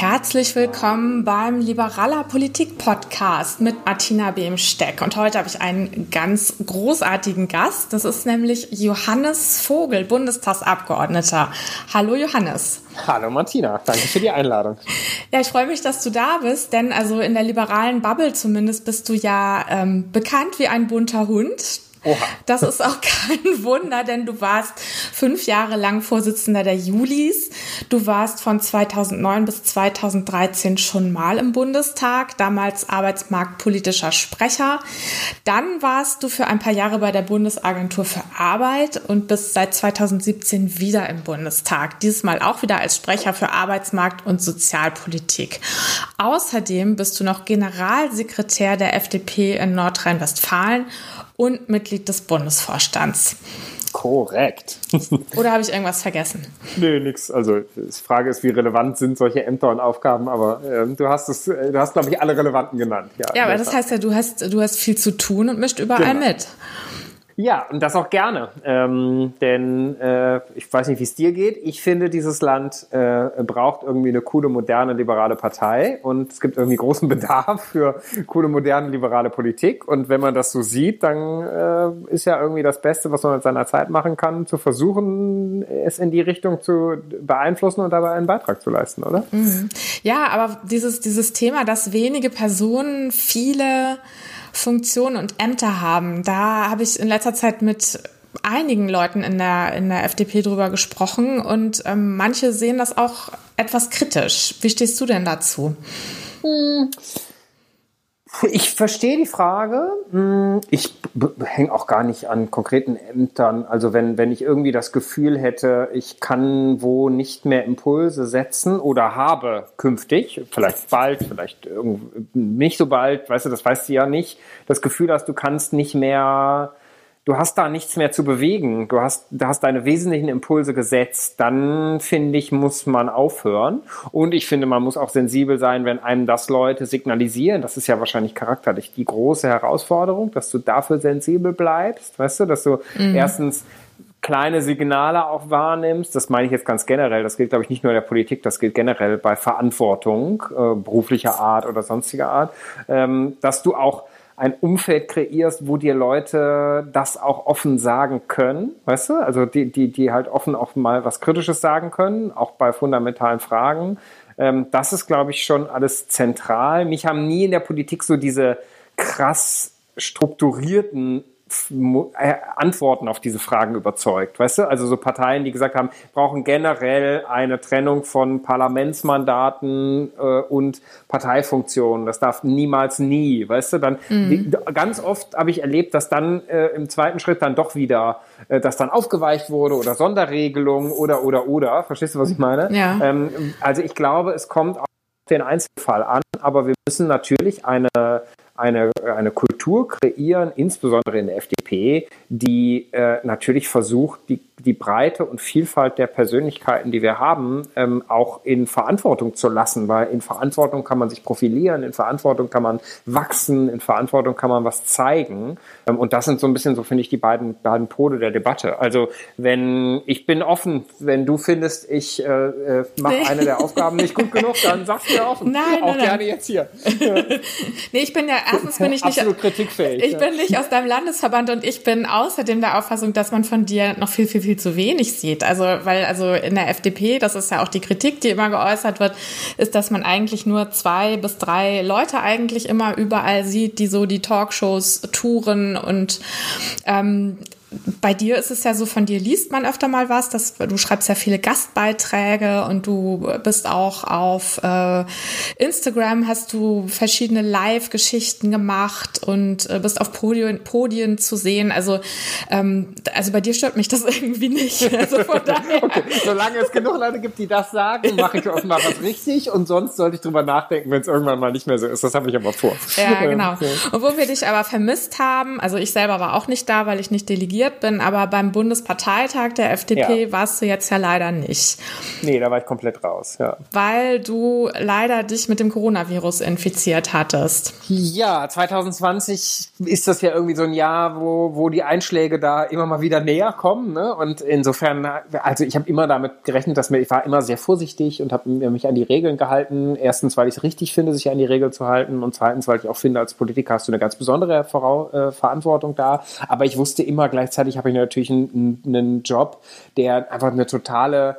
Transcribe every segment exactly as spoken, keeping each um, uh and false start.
Herzlich willkommen beim Liberaler Politik Podcast mit Martina Behm-Steck. Und heute habe ich einen ganz großartigen Gast. Das ist nämlich Johannes Vogel, Bundestagsabgeordneter. Hallo Johannes. Hallo Martina, danke für die Einladung. Ja, ich freue mich, dass du da bist, denn also in der liberalen Bubble zumindest bist du ja ähm, bekannt wie ein bunter Hund. Oha. Das ist auch kein Wunder, denn du warst fünf Jahre lang Vorsitzender der Julis. Du warst von zweitausendneun bis zweitausenddreizehn schon mal im Bundestag, damals arbeitsmarktpolitischer Sprecher. Dann warst du für ein paar Jahre bei der Bundesagentur für Arbeit und bist seit zweitausendsiebzehn wieder im Bundestag. Dieses Mal auch wieder als Sprecher für Arbeitsmarkt und Sozialpolitik. Außerdem bist du noch Generalsekretär der F D P in Nordrhein-Westfalen und Mitglied des Bundesvorstands. Korrekt. Oder habe ich irgendwas vergessen? Nee, nix. Also die Frage ist, wie relevant sind solche Ämter und Aufgaben, aber äh, du hast es, du hast, glaube ich, alle relevanten genannt. Ja, ja, aber das heißt ja, du hast, du hast viel zu tun und mischt überall genau mit. Ja, und das auch gerne, ähm, denn äh, ich weiß nicht, wie es dir geht. Ich finde, dieses Land äh, braucht irgendwie eine coole, moderne, liberale Partei und es gibt irgendwie großen Bedarf für coole, moderne, liberale Politik. Und wenn man das so sieht, dann äh, ist ja irgendwie das Beste, was man mit seiner Zeit machen kann, zu versuchen, es in die Richtung zu beeinflussen und dabei einen Beitrag zu leisten, oder? Mhm. Ja, aber dieses, dieses Thema, dass wenige Personen viele Funktionen und Ämter haben. Da habe ich in letzter Zeit mit einigen Leuten in der, in der F D P drüber gesprochen und ähm, manche sehen das auch etwas kritisch. Wie stehst du denn dazu? Ich verstehe die Frage. Ich hänge auch gar nicht an konkreten Ämtern. Also wenn, wenn ich irgendwie das Gefühl hätte, ich kann wo nicht mehr Impulse setzen oder habe künftig, vielleicht bald, vielleicht nicht so bald, weißt du, das weißt du ja nicht, das Gefühl hast, du kannst nicht mehr, du hast da nichts mehr zu bewegen, du hast, du hast deine wesentlichen Impulse gesetzt, dann finde ich, muss man aufhören. Und ich finde, man muss auch sensibel sein, wenn einem das Leute signalisieren. Das ist ja wahrscheinlich charakterlich die große Herausforderung, dass du dafür sensibel bleibst, weißt du, dass du mhm. erstens kleine Signale auch wahrnimmst. Das meine ich jetzt ganz generell. Das gilt, glaube ich, nicht nur in der Politik, das gilt generell bei Verantwortung, äh, beruflicher Art oder sonstiger Art, ähm, dass du auch ein Umfeld kreierst, wo dir Leute das auch offen sagen können, weißt du? Also die, die, die halt offen auch mal was Kritisches sagen können, auch bei fundamentalen Fragen. Ähm, das ist, glaube ich, schon alles zentral. Mich haben nie in der Politik so diese krass strukturierten Antworten auf diese Fragen überzeugt, weißt du? Also so Parteien, die gesagt haben, brauchen generell eine Trennung von Parlamentsmandaten äh, und Parteifunktionen. Das darf niemals nie, weißt du? Dann mhm. die, ganz oft habe ich erlebt, dass dann äh, im zweiten Schritt dann doch wieder, äh, dass dann aufgeweicht wurde oder Sonderregelungen oder oder oder. Verstehst du, was ich meine? Ja. Ähm, also ich glaube, es kommt auf den Einzelfall an, aber wir müssen natürlich eine Eine, eine Kultur kreieren, insbesondere in der F D P, die äh, natürlich versucht, die, die Breite und Vielfalt der Persönlichkeiten, die wir haben, ähm, auch in Verantwortung zu lassen, weil in Verantwortung kann man sich profilieren, in Verantwortung kann man wachsen, in Verantwortung kann man was zeigen. Ähm, und das sind so ein bisschen, so finde ich, die beiden, beiden Pole der Debatte. Also wenn ich bin offen, wenn du findest, ich äh, äh, mache nee. eine der Aufgaben nicht gut genug, dann sagst du mir offen. Nein, auch nein, gerne nein. jetzt hier. Nee, ich bin ja erstens bin ich nicht absolut kritikfähig. Ich bin nicht aus deinem Landesverband und ich bin außerdem der Auffassung, dass man von dir noch viel, viel, viel zu wenig sieht. Also, weil also in der F D P, das ist ja auch die Kritik, die immer geäußert wird, ist, dass man eigentlich nur zwei bis drei Leute eigentlich immer überall sieht, die so die Talkshows touren und ähm, bei dir ist es ja so, von dir liest man öfter mal was, dass, du schreibst ja viele Gastbeiträge und du bist auch auf äh, Instagram, hast du verschiedene Live-Geschichten gemacht und äh, bist auf Podien, Podien zu sehen. Also, ähm, also bei dir stört mich das irgendwie nicht. Also von daher. Okay. Solange es genug Leute gibt, die das sagen, mache ich offenbar was richtig und sonst sollte ich drüber nachdenken, wenn es irgendwann mal nicht mehr so ist. Das habe ich aber vor. Ja, genau. Und wo wir dich aber vermisst haben, also ich selber war auch nicht da, weil ich nicht delegiert involviert bin, aber beim Bundesparteitag der F D P ja. warst du jetzt ja leider nicht. Nee, da war ich komplett raus, ja. Weil du leider dich mit dem Coronavirus infiziert hattest. Ja, zwanzig zwanzig ist das ja irgendwie so ein Jahr, wo, wo die Einschläge da immer mal wieder näher kommen, ne? Und insofern, also ich habe immer damit gerechnet, dass mir, ich war immer sehr vorsichtig und habe mich an die Regeln gehalten. Erstens, weil ich es richtig finde, sich an die Regeln zu halten, und zweitens, weil ich auch finde, als Politiker hast du eine ganz besondere Vorau- äh, Verantwortung da. Aber ich wusste immer, gleichzeitig habe ich natürlich einen, einen Job, der einfach eine totale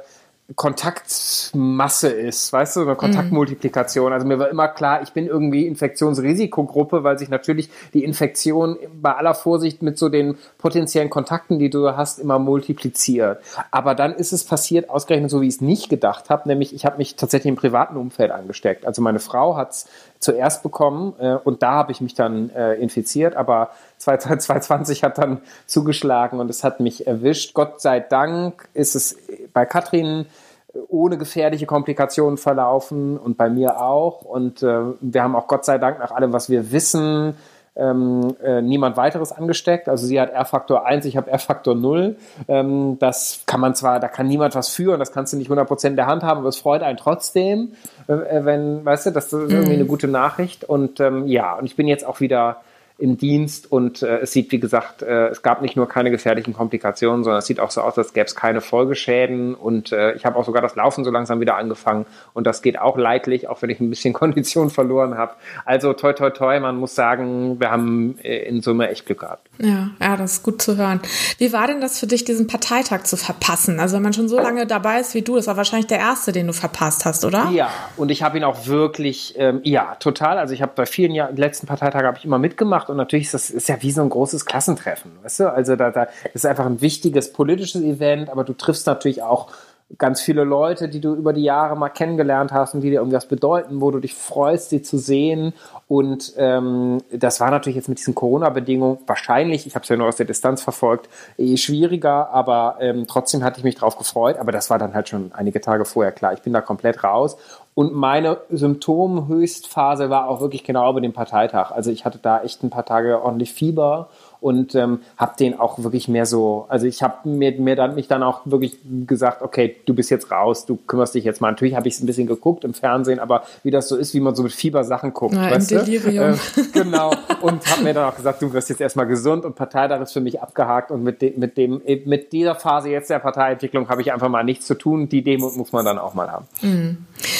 Kontaktmasse ist, weißt du, eine Kontaktmultiplikation. Also mir war immer klar, ich bin irgendwie Infektionsrisikogruppe, weil sich natürlich die Infektion bei aller Vorsicht mit so den potenziellen Kontakten, die du hast, immer multipliziert. Aber dann ist es passiert, ausgerechnet so, wie ich es nicht gedacht habe, nämlich ich habe mich tatsächlich im privaten Umfeld angesteckt. Also meine Frau hat es zuerst bekommen äh, und da habe ich mich dann äh, infiziert, aber zwanzig zwanzig hat dann zugeschlagen und es hat mich erwischt. Gott sei Dank ist es bei Katrin ohne gefährliche Komplikationen verlaufen und bei mir auch. Und äh, wir haben auch Gott sei Dank nach allem, was wir wissen, ähm, äh, niemand weiteres angesteckt. Also sie hat R-Faktor eins, ich habe R-Faktor null. Ähm, das kann man zwar, da kann niemand was für und das kannst du nicht hundert Prozent in der Hand haben, aber es freut einen trotzdem, äh, wenn, weißt du, das ist irgendwie eine gute Nachricht. Und ähm, ja, und ich bin jetzt auch wieder im Dienst und äh, es sieht, wie gesagt, äh, es gab nicht nur keine gefährlichen Komplikationen, sondern es sieht auch so aus, als gäbe es keine Folgeschäden und äh, ich habe auch sogar das Laufen so langsam wieder angefangen und das geht auch leidlich, auch wenn ich ein bisschen Kondition verloren habe. Also toi toi toi, man muss sagen, wir haben äh, in Summe echt Glück gehabt. Ja, ja, das ist gut zu hören. Wie war denn das für dich, diesen Parteitag zu verpassen? Also wenn man schon so lange dabei ist wie du, das war wahrscheinlich der erste, den du verpasst hast, oder? Ja, und ich habe ihn auch wirklich, ähm, ja, total. Also ich habe bei vielen Jahren, letzten Parteitagen habe ich immer mitgemacht und natürlich ist das ist ja wie so ein großes Klassentreffen, weißt du? Also da, da ist einfach ein wichtiges politisches Event, aber du triffst natürlich auch ganz viele Leute, die du über die Jahre mal kennengelernt hast und die dir irgendwas bedeuten, wo du dich freust, sie zu sehen. Und ähm, das war natürlich jetzt mit diesen Corona-Bedingungen wahrscheinlich, ich habe es ja nur aus der Distanz verfolgt, eh schwieriger, aber ähm, trotzdem hatte ich mich drauf gefreut. Aber das war dann halt schon einige Tage vorher klar. Ich bin da komplett raus. Und meine Symptomhöchstphase war auch wirklich genau über den Parteitag. Also ich hatte da echt ein paar Tage ordentlich Fieber und ähm, habe den auch wirklich mehr so, also ich habe mir, mir dann, mich dann auch wirklich gesagt, okay, du bist jetzt raus, du kümmerst dich jetzt mal. Natürlich habe ich es ein bisschen geguckt im Fernsehen, aber wie das so ist, wie man so mit Fiebersachen guckt, ja, weißt im Delirium. du? Äh, genau. Und habe mir dann auch gesagt, du wirst jetzt erstmal gesund und Parteitag ist für mich abgehakt und mit, de, mit, dem, mit dieser Phase jetzt der Parteientwicklung habe ich einfach mal nichts zu tun. Die Demut muss man dann auch mal haben. Mhm.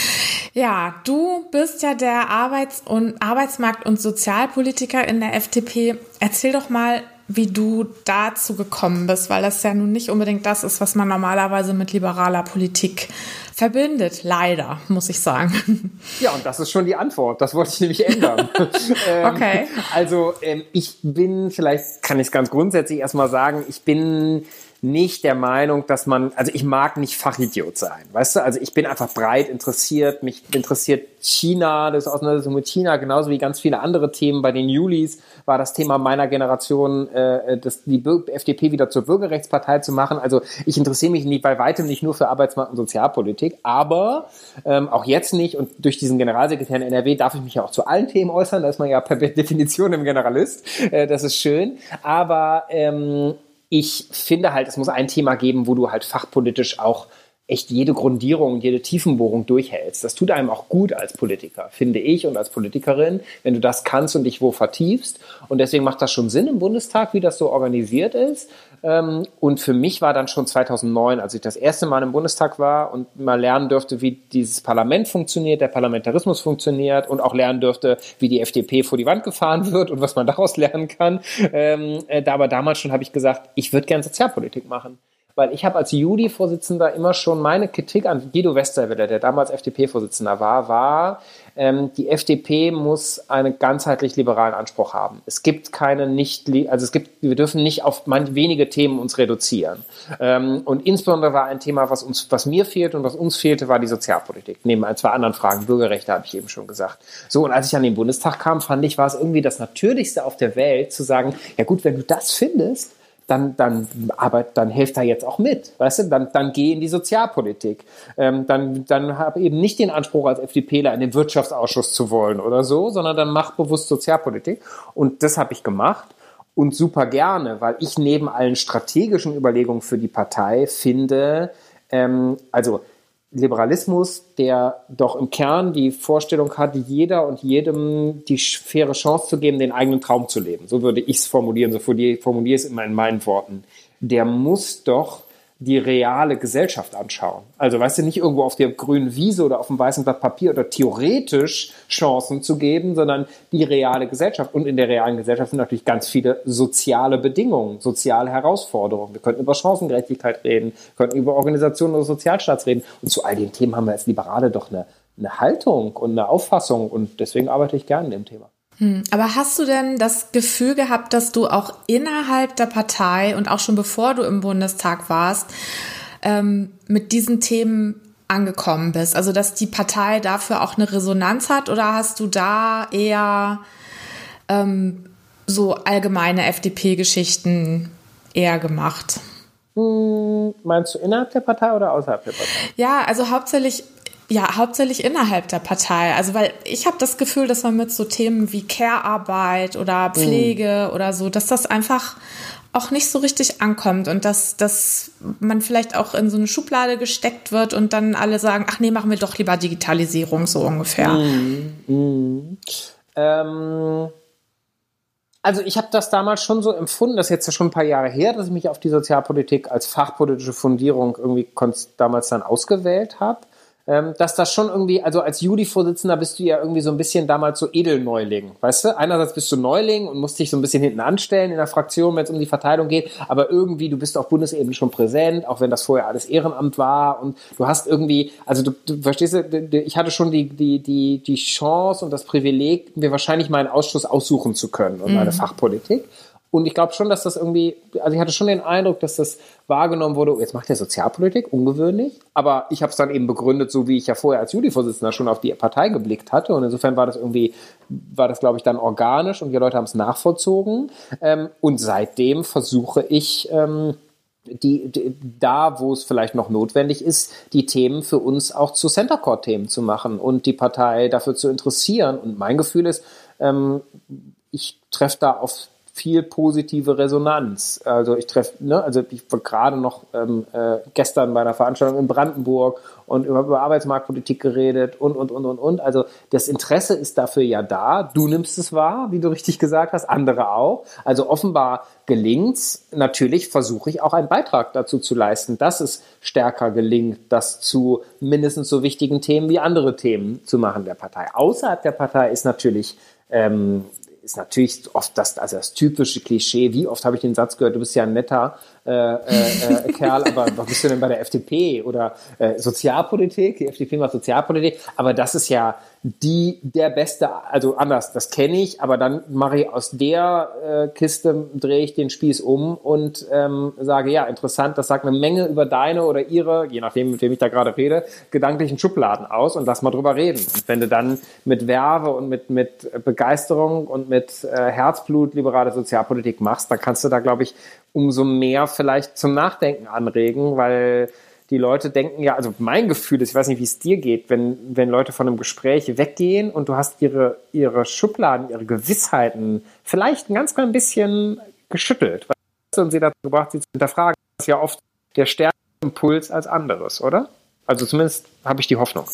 Ja, du bist ja der Arbeits- und Arbeitsmarkt- und Sozialpolitiker in der F D P. Erzähl doch mal, wie du dazu gekommen bist, weil das ja nun nicht unbedingt das ist, was man normalerweise mit liberaler Politik verbindet. Leider, muss ich sagen. Ja, und das ist schon die Antwort. Das wollte ich nämlich ändern. ähm, okay. Also ähm, ich bin, vielleicht kann ich es ganz grundsätzlich erstmal sagen, ich bin nicht der Meinung, dass man, also ich mag nicht Fachidiot sein, weißt du, also ich bin einfach breit interessiert, mich interessiert China, das Auseinandersetzung mit China, genauso wie ganz viele andere Themen. Bei den Julis war das Thema meiner Generation, äh, das, die F D P wieder zur Bürgerrechtspartei zu machen. Also ich interessiere mich nicht, bei weitem nicht nur für Arbeitsmarkt- und Sozialpolitik, aber ähm, auch jetzt nicht und durch diesen Generalsekretär in N R W darf ich mich ja auch zu allen Themen äußern, da ist man ja per Definition im Generalist, äh, das ist schön, aber ähm, ich finde halt, es muss ein Thema geben, wo du halt fachpolitisch auch echt jede Grundierung, jede Tiefenbohrung durchhältst. Das tut einem auch gut als Politiker, finde ich, und als Politikerin, wenn du das kannst und dich wo vertiefst. Und deswegen macht das schon Sinn im Bundestag, wie das so organisiert ist. Und für mich war dann schon zweitausendneun, als ich das erste Mal im Bundestag war und mal lernen durfte, wie dieses Parlament funktioniert, der Parlamentarismus funktioniert und auch lernen durfte, wie die F D P vor die Wand gefahren wird und was man daraus lernen kann. Aber damals schon habe ich gesagt, ich würde gerne Sozialpolitik machen. Weil ich habe als Juli-Vorsitzender immer schon meine Kritik an Guido Westerwelle, der damals F D P-Vorsitzender war, war, ähm, die F D P muss einen ganzheitlich liberalen Anspruch haben. Es gibt keine nicht, also es gibt, wir dürfen nicht auf manch wenige Themen uns reduzieren. Ähm, und insbesondere war ein Thema, was uns, was mir fehlte und was uns fehlte, war die Sozialpolitik. Neben ein, zwei anderen Fragen, Bürgerrechte habe ich eben schon gesagt. So, und als ich an den Bundestag kam, fand ich, war es irgendwie das Natürlichste auf der Welt, zu sagen, ja gut, wenn du das findest, dann, dann, aber dann helft da jetzt auch mit, weißt du, dann, dann geh in die Sozialpolitik. Ähm, dann, dann hab eben nicht den Anspruch als FDPler in den Wirtschaftsausschuss zu wollen oder so, sondern dann mach bewusst Sozialpolitik. Und das habe ich gemacht. und super gerne, weil ich neben allen strategischen Überlegungen für die Partei finde, ähm, also Liberalismus, der doch im Kern die Vorstellung hat, jeder und jedem die faire Chance zu geben, den eigenen Traum zu leben. So würde ich es formulieren, so formuliere ich es immer in meinen Worten. Der muss doch die reale Gesellschaft anschauen. Also, weißt du, nicht irgendwo auf der grünen Wiese oder auf dem weißen Blatt Papier oder theoretisch Chancen zu geben, sondern die reale Gesellschaft. Und in der realen Gesellschaft sind natürlich ganz viele soziale Bedingungen, soziale Herausforderungen. Wir könnten über Chancengerechtigkeit reden, könnten über Organisationen des Sozialstaats reden. Und zu all den Themen haben wir als Liberale doch eine, eine Haltung und eine Auffassung. Und deswegen arbeite ich gerne an dem Thema. Aber hast du denn das Gefühl gehabt, dass du auch innerhalb der Partei und auch schon bevor du im Bundestag warst, ähm, mit diesen Themen angekommen bist? Also, dass die Partei dafür auch eine Resonanz hat, oder hast du da eher ähm, so allgemeine F D P-Geschichten eher gemacht? Hm, meinst du innerhalb der Partei oder außerhalb der Partei? Ja, also hauptsächlich Ja, hauptsächlich innerhalb der Partei. Also, weil ich habe das Gefühl, dass man mit so Themen wie Care-Arbeit oder Pflege mm. oder so, dass das einfach auch nicht so richtig ankommt und dass, dass man vielleicht auch in so eine Schublade gesteckt wird und dann alle sagen, ach nee, machen wir doch lieber Digitalisierung, so ungefähr. Mm. Mm. Ähm, also ich habe das damals schon so empfunden, das ist jetzt ja schon ein paar Jahre her, dass ich mich auf die Sozialpolitik als fachpolitische Fundierung irgendwie damals dann ausgewählt habe. Ähm, dass das schon irgendwie, also als Juli-Vorsitzender bist du ja irgendwie so ein bisschen damals so Edelneuling, weißt du? Einerseits bist du Neuling und musst dich so ein bisschen hinten anstellen in der Fraktion, wenn es um die Verteilung geht, aber irgendwie, du bist auf Bundesebene schon präsent, auch wenn das vorher alles Ehrenamt war und du hast irgendwie, also du, du verstehst, ich hatte schon die, die, die, die Chance und das Privileg, mir wahrscheinlich meinen Ausschuss aussuchen zu können und mhm. meine Fachpolitik. Und ich glaube schon, dass das irgendwie, also ich hatte schon den Eindruck, dass das wahrgenommen wurde, jetzt macht der Sozialpolitik, ungewöhnlich, aber ich habe es dann eben begründet, so wie ich ja vorher als Juli-Vorsitzender schon auf die Partei geblickt hatte und insofern war das irgendwie, war das glaube ich dann organisch und die Leute haben es nachvollzogen und seitdem versuche ich, die, die da, wo es vielleicht noch notwendig ist, die Themen für uns auch zu Center-Core-Themen zu machen und die Partei dafür zu interessieren und mein Gefühl ist, ich treffe da auf viel positive Resonanz. Also ich treffe, ne, also ich war gerade noch ähm, äh, gestern bei einer Veranstaltung in Brandenburg und über, über Arbeitsmarktpolitik geredet und, und, und, und, und. Also das Interesse ist dafür ja da. Du nimmst es wahr, wie du richtig gesagt hast, andere auch. Also offenbar gelingt's. Natürlich versuche ich auch einen Beitrag dazu zu leisten, dass es stärker gelingt, das zu mindestens so wichtigen Themen wie andere Themen zu machen der Partei. Außerhalb der Partei ist natürlich ähm, ist natürlich oft das, also das typische Klischee. Wie oft habe ich den Satz gehört, du bist ja ein netter äh, äh, äh, Kerl, aber was bist du denn bei der F D P? Oder äh, Sozialpolitik, die F D P macht Sozialpolitik, aber das ist ja die der beste, also anders, das kenne ich, aber dann mache ich aus der äh, Kiste, drehe ich den Spieß um und ähm, sage, ja, interessant, das sagt eine Menge über deine oder ihre, je nachdem, mit wem ich da gerade rede, gedanklichen Schubladen aus und lass mal drüber reden. Und wenn du dann mit Werbe und mit, mit Begeisterung und mit äh, Herzblut liberale Sozialpolitik machst, dann kannst du da, glaube ich, umso mehr vielleicht zum Nachdenken anregen, weil die Leute denken ja, also mein Gefühl ist, ich weiß nicht, wie es dir geht, wenn, wenn Leute von einem Gespräch weggehen und du hast ihre, ihre Schubladen, ihre Gewissheiten vielleicht ein ganz klein bisschen geschüttelt. Und sie dazu gebracht, sie zu hinterfragen. Das ist ja oft der stärkere Impuls als anderes, oder? Also zumindest habe ich die Hoffnung.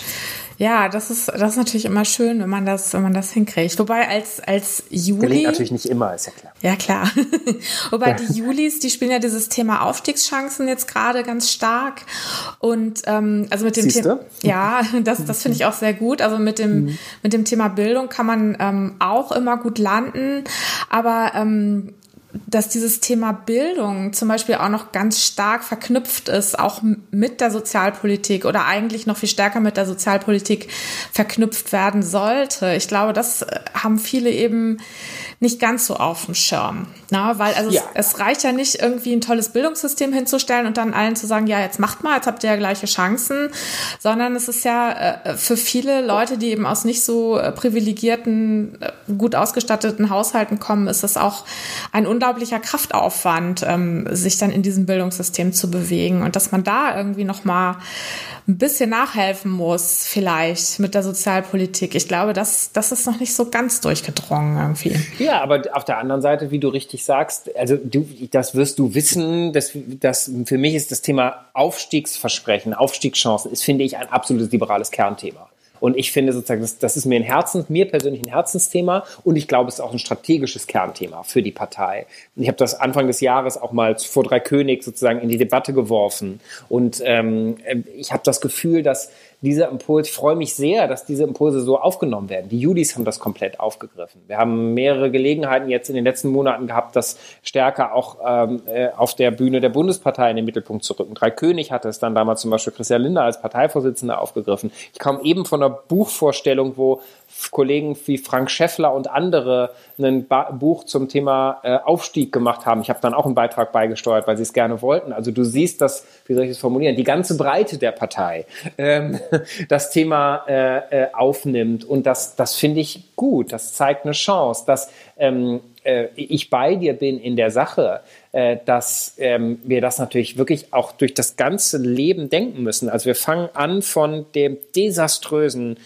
Ja, das ist, das ist natürlich immer schön, wenn man das, wenn man das hinkriegt. Wobei als, als Juli. Gelingt natürlich nicht immer, ist ja klar. Ja, klar. Wobei die Julis, die spielen ja dieses Thema Aufstiegschancen jetzt gerade ganz stark. Und, ähm, also mit dem Thema. Ja, das, das finde ich auch sehr gut. Also mit dem, mhm. mit dem Thema Bildung kann man, ähm, auch immer gut landen. Aber, ähm, dass dieses Thema Bildung zum Beispiel auch noch ganz stark verknüpft ist, auch mit der Sozialpolitik oder eigentlich noch viel stärker mit der Sozialpolitik verknüpft werden sollte. Ich glaube, das haben viele eben nicht ganz so auf dem Schirm. Na, weil also ja. es, es reicht ja nicht, irgendwie ein tolles Bildungssystem hinzustellen und dann allen zu sagen, ja, jetzt macht mal, jetzt habt ihr ja gleiche Chancen, sondern es ist ja äh, für viele Leute, die eben aus nicht so äh, privilegierten, äh, gut ausgestatteten Haushalten kommen, ist das auch ein unglaublicher Kraftaufwand, ähm, sich dann in diesem Bildungssystem zu bewegen und dass man da irgendwie noch mal ein bisschen nachhelfen muss, vielleicht mit der Sozialpolitik. Ich glaube, das, das ist noch nicht so ganz durchgedrungen irgendwie. Ja, aber auf der anderen Seite, wie du richtig sagst, also du, das wirst du wissen, dass, dass für mich ist das Thema Aufstiegsversprechen, Aufstiegschancen, ist, finde ich, ein absolutes liberales Kernthema. Und ich finde sozusagen, das, das ist mir ein Herzens, mir persönlich ein Herzensthema und ich glaube, es ist auch ein strategisches Kernthema für die Partei. Und ich habe das Anfang des Jahres auch mal vor Dreikönig sozusagen in die Debatte geworfen. Und ähm, ich habe das Gefühl, dass dieser Impuls, ich freue mich sehr, dass diese Impulse so aufgenommen werden. Die Judis haben das komplett aufgegriffen. Wir haben mehrere Gelegenheiten jetzt in den letzten Monaten gehabt, das stärker auch ähm, auf der Bühne der Bundespartei in den Mittelpunkt zu rücken. Dreikönig hatte es dann damals zum Beispiel Christian Lindner als Parteivorsitzender aufgegriffen. Ich kam eben von einer Buchvorstellung, wo Kollegen wie Frank Schäffler und andere ein ba- Buch zum Thema äh, Aufstieg gemacht haben. Ich habe dann auch einen Beitrag beigesteuert, weil sie es gerne wollten. Also du siehst das, wie soll ich das formulieren, die ganze Breite der Partei ähm, das Thema äh, äh, aufnimmt. Und das, das finde ich gut. Das zeigt eine Chance, dass ähm, äh, ich bei dir bin in der Sache, äh, dass ähm, wir das natürlich wirklich auch durch das ganze Leben denken müssen. Also wir fangen an von dem desaströsen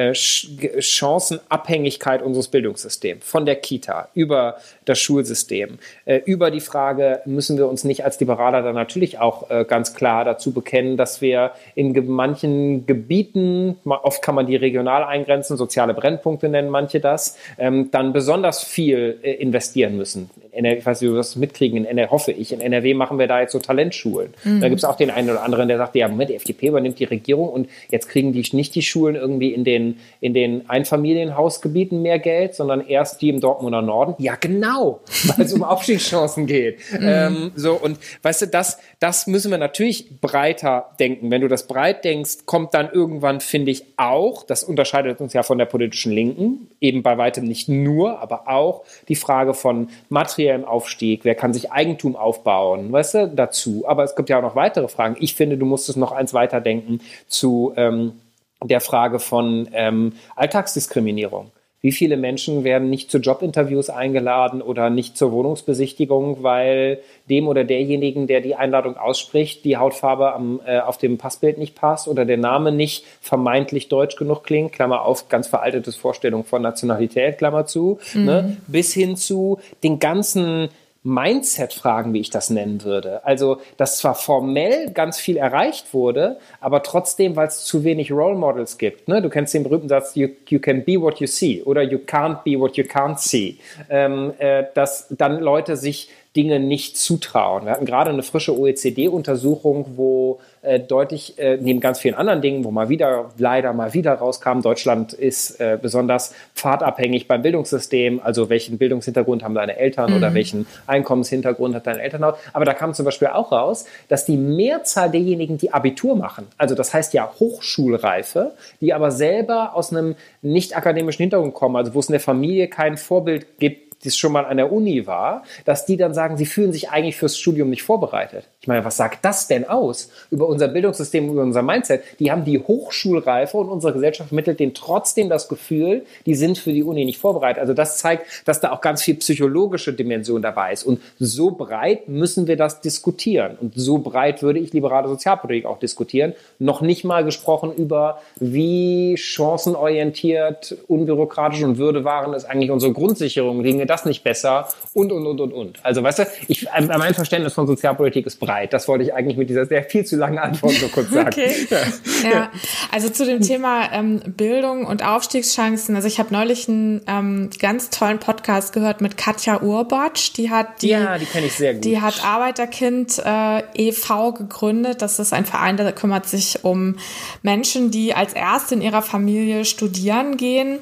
Chancenabhängigkeit unseres Bildungssystems, von der Kita über das Schulsystem, über die Frage, müssen wir uns nicht als Liberaler dann natürlich auch ganz klar dazu bekennen, dass wir in manchen Gebieten, oft kann man die regional eingrenzen, soziale Brennpunkte nennen manche das, dann besonders viel investieren müssen. Ich weiß nicht, ob wir das mitkriegen, in N R W, hoffe ich, in N R W machen wir da jetzt so Talentschulen. Mhm. Da gibt es auch den einen oder anderen, der sagt, ja, Moment, die F D P übernimmt die Regierung und jetzt kriegen die nicht die Schulen irgendwie in den in den Einfamilienhausgebieten mehr Geld, sondern erst die im Dortmunder Norden. Ja, genau, weil es um Aufstiegschancen geht. Mhm. Ähm, so, und weißt du, das, das müssen wir natürlich breiter denken. Wenn du das breit denkst, kommt dann irgendwann, finde ich, auch, das unterscheidet uns ja von der politischen Linken, eben bei weitem nicht nur, aber auch die Frage von materiellem Aufstieg, wer kann sich Eigentum aufbauen, weißt du, dazu. Aber es gibt ja auch noch weitere Fragen. Ich finde, du musst es noch eins weiterdenken zu ähm, der Frage von ähm, Alltagsdiskriminierung. Wie viele Menschen werden nicht zu Jobinterviews eingeladen oder nicht zur Wohnungsbesichtigung, weil dem oder derjenigen, der die Einladung ausspricht, die Hautfarbe am, äh, auf dem Passbild nicht passt oder der Name nicht vermeintlich deutsch genug klingt, Klammer auf, ganz veraltetes Vorstellung von Nationalität, Klammer zu, mhm. ne, bis hin zu den ganzen Mindset-Fragen, wie ich das nennen würde. Also, dass zwar formell ganz viel erreicht wurde, aber trotzdem, weil es zu wenig Role Models gibt. Ne? Du kennst den berühmten Satz, you, you can be what you see oder you can't be what you can't see. Ähm, äh, dass dann Leute sich Dinge nicht zutrauen. Wir hatten gerade eine frische O E C D-Untersuchung, wo äh, deutlich, äh, neben ganz vielen anderen Dingen, wo mal wieder, leider mal wieder rauskam, Deutschland ist äh, besonders pfadabhängig beim Bildungssystem, also welchen Bildungshintergrund haben deine Eltern mhm. oder welchen Einkommenshintergrund hat dein Elternhaus. Aber da kam zum Beispiel auch raus, dass die Mehrzahl derjenigen, die Abitur machen, also das heißt ja Hochschulreife, die aber selber aus einem nicht akademischen Hintergrund kommen, also wo es in der Familie kein Vorbild gibt, das schon mal an der Uni war, dass die dann sagen, sie fühlen sich eigentlich fürs Studium nicht vorbereitet. Ich meine, was sagt das denn aus über unser Bildungssystem, über unser Mindset? Die haben die Hochschulreife und unsere Gesellschaft vermittelt denen trotzdem das Gefühl, die sind für die Uni nicht vorbereitet. Also das zeigt, dass da auch ganz viel psychologische Dimension dabei ist. Und so breit müssen wir das diskutieren. Und so breit würde ich liberale Sozialpolitik auch diskutieren. Noch nicht mal gesprochen über, wie chancenorientiert, unbürokratisch und würdewahrend ist eigentlich unsere Grundsicherung. Ginge das nicht besser? Und, und, und, und, und. Also weißt du, ich, mein Verständnis von Sozialpolitik ist breit. Das wollte ich eigentlich mit dieser sehr viel zu langen Antwort so kurz sagen. Okay. Ja. Ja. Also zu dem Thema ähm, Bildung und Aufstiegschancen. Also ich habe neulich einen ähm, ganz tollen Podcast gehört mit Katja Urbatsch. Die hat die, ja, die kenne ich sehr gut. Die hat Arbeiterkind äh, e V gegründet. Das ist ein Verein, der kümmert sich um Menschen, die als Erste in ihrer Familie studieren gehen.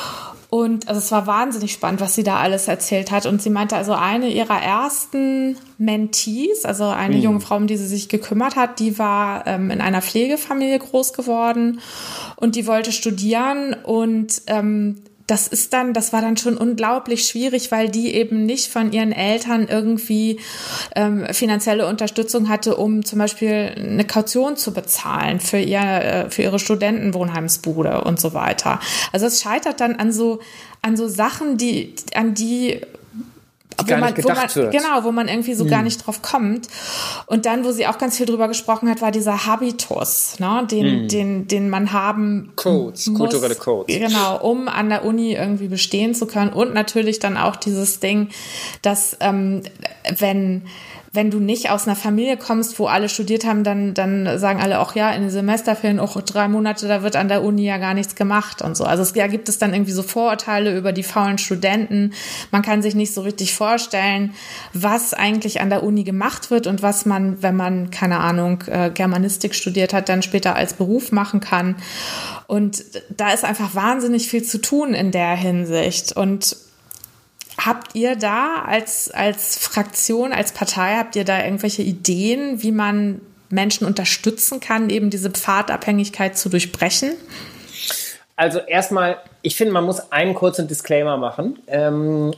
Und also es war wahnsinnig spannend, was sie da alles erzählt hat. Und sie meinte, also eine ihrer ersten Mentees, also eine mhm. junge Frau, um die sie sich gekümmert hat, die war ähm, in einer Pflegefamilie groß geworden und die wollte studieren. Und ähm, das ist dann, das war dann schon unglaublich schwierig, weil die eben nicht von ihren Eltern irgendwie ähm, finanzielle Unterstützung hatte, um zum Beispiel eine Kaution zu bezahlen für ihr, äh, für ihre Studentenwohnheimsbude und so weiter. Also es scheitert dann an so, an so Sachen, die, an die die gar man, nicht gedacht wo man, wird. Genau, wo man irgendwie so hm. gar nicht drauf kommt. Und dann, wo sie auch ganz viel drüber gesprochen hat, war dieser Habitus, ne, den, hm. den, den man haben Codes, muss, kulturelle Codes. Genau, um an der Uni irgendwie bestehen zu können. Und natürlich dann auch dieses Ding, dass ähm, wenn wenn du nicht aus einer Familie kommst, wo alle studiert haben, dann, dann sagen alle auch, ja, in den Semesterferien auch drei Monate, da wird an der Uni ja gar nichts gemacht und so. Also es, da gibt es dann irgendwie so Vorurteile über die faulen Studenten. Man kann sich nicht so richtig vorstellen, was eigentlich an der Uni gemacht wird und was man, wenn man, keine Ahnung, äh, Germanistik studiert hat, dann später als Beruf machen kann. Und da ist einfach wahnsinnig viel zu tun in der Hinsicht. Und habt ihr da als, als Fraktion, als Partei, habt ihr da irgendwelche Ideen, wie man Menschen unterstützen kann, eben diese Pfadabhängigkeit zu durchbrechen? Also erstmal, ich finde, man muss einen kurzen Disclaimer machen, ähm,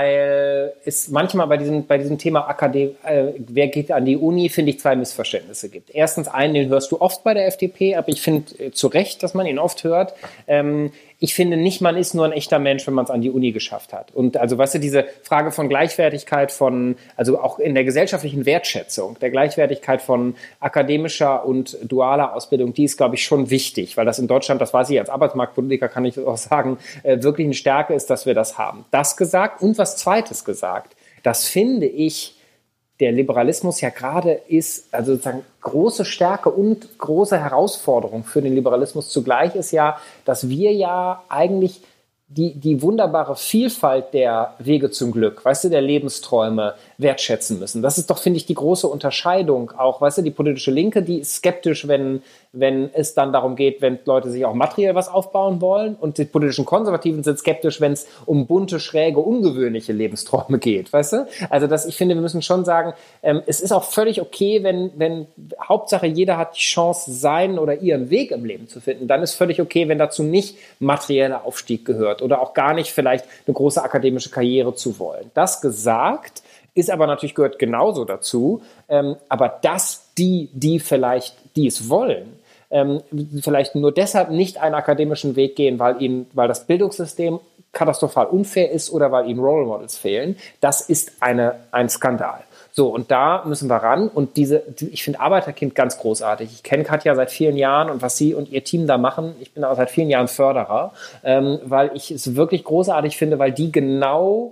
weil es manchmal bei diesem, bei diesem Thema Akademie, äh, wer geht an die Uni, finde ich, zwei Missverständnisse gibt. Erstens einen, den hörst du oft bei der F D P, aber ich finde äh, zu Recht, dass man ihn oft hört. Ähm, ich finde nicht, man ist nur ein echter Mensch, wenn man es an die Uni geschafft hat. Und also, weißt du, diese Frage von Gleichwertigkeit von, also auch in der gesellschaftlichen Wertschätzung, der Gleichwertigkeit von akademischer und dualer Ausbildung, die ist, glaube ich, schon wichtig, weil das in Deutschland, das weiß ich als Arbeitsmarktpolitiker, kann ich auch sagen, äh, wirklich eine Stärke ist, dass wir das haben. Das gesagt und was Zweites gesagt, das finde ich, der Liberalismus ja gerade ist, also sozusagen große Stärke und große Herausforderung für den Liberalismus zugleich ist ja, dass wir ja eigentlich die, die wunderbare Vielfalt der Wege zum Glück, weißt du, der Lebensträume wertschätzen müssen. Das ist doch, finde ich, die große Unterscheidung auch, weißt du, die politische Linke, die ist skeptisch, wenn, wenn es dann darum geht, wenn Leute sich auch materiell was aufbauen wollen, und die politischen Konservativen sind skeptisch, wenn es um bunte, schräge, ungewöhnliche Lebensträume geht, weißt du? Also das, ich finde, wir müssen schon sagen, ähm, es ist auch völlig okay, wenn, wenn Hauptsache jeder hat die Chance, seinen oder ihren Weg im Leben zu finden, dann ist völlig okay, wenn dazu nicht materieller Aufstieg gehört oder auch gar nicht vielleicht eine große akademische Karriere zu wollen. Das gesagt, ist aber natürlich, gehört genauso dazu, ähm, aber dass die, die vielleicht, die es wollen, ähm, vielleicht nur deshalb nicht einen akademischen Weg gehen, weil ihnen, weil das Bildungssystem katastrophal unfair ist oder weil ihnen Role Models fehlen, das ist eine, ein Skandal. So, und da müssen wir ran, und diese, ich finde Arbeiterkind ganz großartig. Ich kenne Katja seit vielen Jahren, und was sie und ihr Team da machen, ich bin auch seit vielen Jahren Förderer, ähm, weil ich es wirklich großartig finde, weil die genau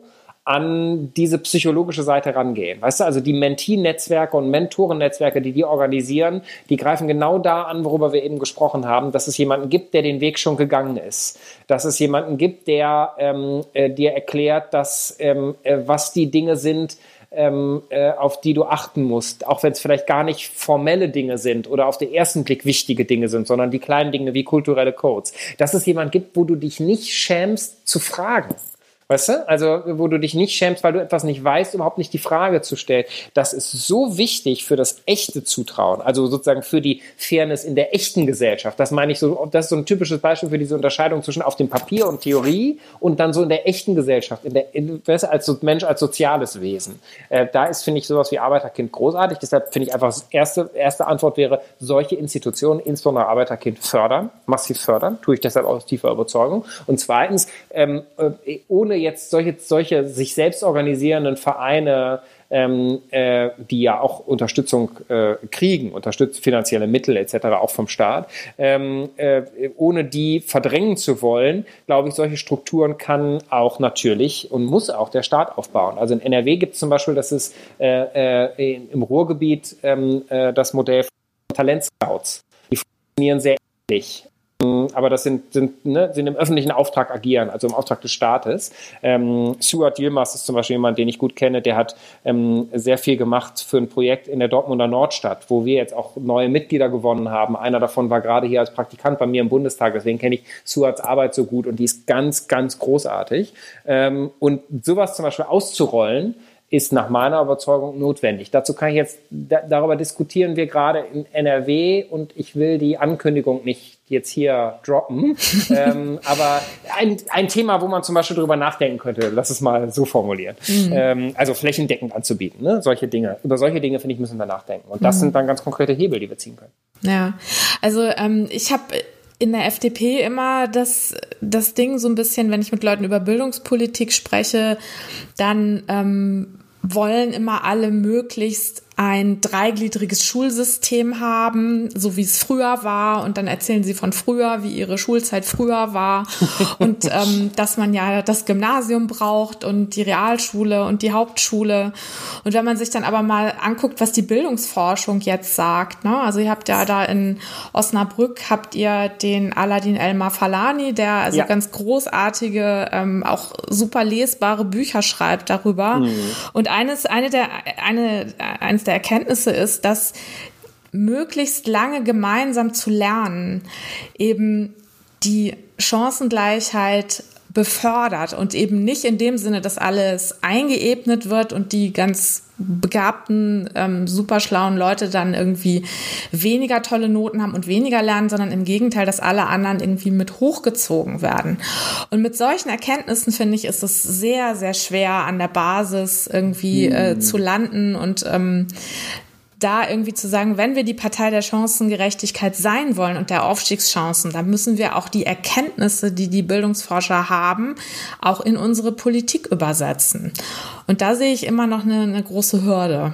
an diese psychologische Seite rangehen. Weißt du, also die Mentee-Netzwerke und Mentoren-Netzwerke, die die organisieren, die greifen genau da an, worüber wir eben gesprochen haben, dass es jemanden gibt, der den Weg schon gegangen ist. Dass es jemanden gibt, der ähm, äh, dir erklärt, dass ähm, äh, was die Dinge sind, ähm, äh, auf die du achten musst, auch wenn es vielleicht gar nicht formelle Dinge sind oder auf den ersten Blick wichtige Dinge sind, sondern die kleinen Dinge wie kulturelle Codes. Dass es jemanden gibt, wo du dich nicht schämst zu fragen. Weißt du? Also, wo du dich nicht schämst, weil du etwas nicht weißt, überhaupt nicht die Frage zu stellen. Das ist so wichtig für das echte Zutrauen, also sozusagen für die Fairness in der echten Gesellschaft. Das meine ich so, das ist so ein typisches Beispiel für diese Unterscheidung zwischen auf dem Papier und Theorie und dann so in der echten Gesellschaft, in der, in, weißt du, als Mensch, als soziales Wesen. Äh, da ist, finde ich, sowas wie Arbeiterkind großartig. Deshalb finde ich einfach, das erste, erste Antwort wäre, solche Institutionen, insbesondere Arbeiterkind, fördern, massiv fördern, tue ich deshalb aus tiefer Überzeugung. Und zweitens, ähm, äh, ohne jetzt solche, solche sich selbst organisierenden Vereine, ähm, äh, die ja auch Unterstützung äh, kriegen, unterstützt finanzielle Mittel et cetera auch vom Staat, ähm, äh, ohne die verdrängen zu wollen, glaube ich, solche Strukturen kann auch natürlich und muss auch der Staat aufbauen. Also in N R W gibt es zum Beispiel, das ist äh, äh, im Ruhrgebiet ähm, äh, das Modell von Talentscouts. Die funktionieren sehr ähnlich. Aber das sind, sind, ne, sind im öffentlichen Auftrag agieren, also im Auftrag des Staates. Ähm, Stuart Yilmaz ist zum Beispiel jemand, den ich gut kenne, der hat ähm, sehr viel gemacht für ein Projekt in der Dortmunder Nordstadt, wo wir jetzt auch neue Mitglieder gewonnen haben. Einer davon war gerade hier als Praktikant bei mir im Bundestag, deswegen kenne ich Stuarts Arbeit so gut, und die ist ganz, ganz großartig. Ähm, und sowas zum Beispiel auszurollen, ist nach meiner Überzeugung notwendig. Dazu kann ich jetzt, da, darüber diskutieren wir gerade in N R W, und ich will die Ankündigung nicht jetzt hier droppen, ähm, aber ein, ein Thema, wo man zum Beispiel drüber nachdenken könnte, lass es mal so formulieren, mhm. ähm, also flächendeckend anzubieten, ne? Solche Dinge, über solche Dinge, finde ich, müssen wir nachdenken, und das mhm. sind dann ganz konkrete Hebel, die wir ziehen können. Ja, also ähm, ich habe in der F D P immer das, das Ding so ein bisschen, wenn ich mit Leuten über Bildungspolitik spreche, dann ähm, wollen immer alle möglichst ein dreigliedriges Schulsystem haben, so wie es früher war. Und dann erzählen sie von früher, wie ihre Schulzeit früher war. Und ähm, dass man ja das Gymnasium braucht und die Realschule und die Hauptschule. Und wenn man sich dann aber mal anguckt, was die Bildungsforschung jetzt sagt, ne? Also ihr habt ja da in Osnabrück, habt ihr den Aladin El-Mafalani, der also ja. ganz großartige, ähm, auch super lesbare Bücher schreibt darüber. Mhm. Und eines, eine der, eine, eines der Erkenntnisse ist, dass möglichst lange gemeinsam zu lernen eben die Chancengleichheit befördert und eben nicht in dem Sinne, dass alles eingeebnet wird und die ganz begabten, ähm, super schlauen Leute dann irgendwie weniger tolle Noten haben und weniger lernen, sondern im Gegenteil, dass alle anderen irgendwie mit hochgezogen werden. Und mit solchen Erkenntnissen, finde ich, ist es sehr, sehr schwer, an der Basis irgendwie hm. äh, zu landen und ähm, da irgendwie zu sagen, wenn wir die Partei der Chancengerechtigkeit sein wollen und der Aufstiegschancen, dann müssen wir auch die Erkenntnisse, die die Bildungsforscher haben, auch in unsere Politik übersetzen. Und da sehe ich immer noch eine, eine große Hürde.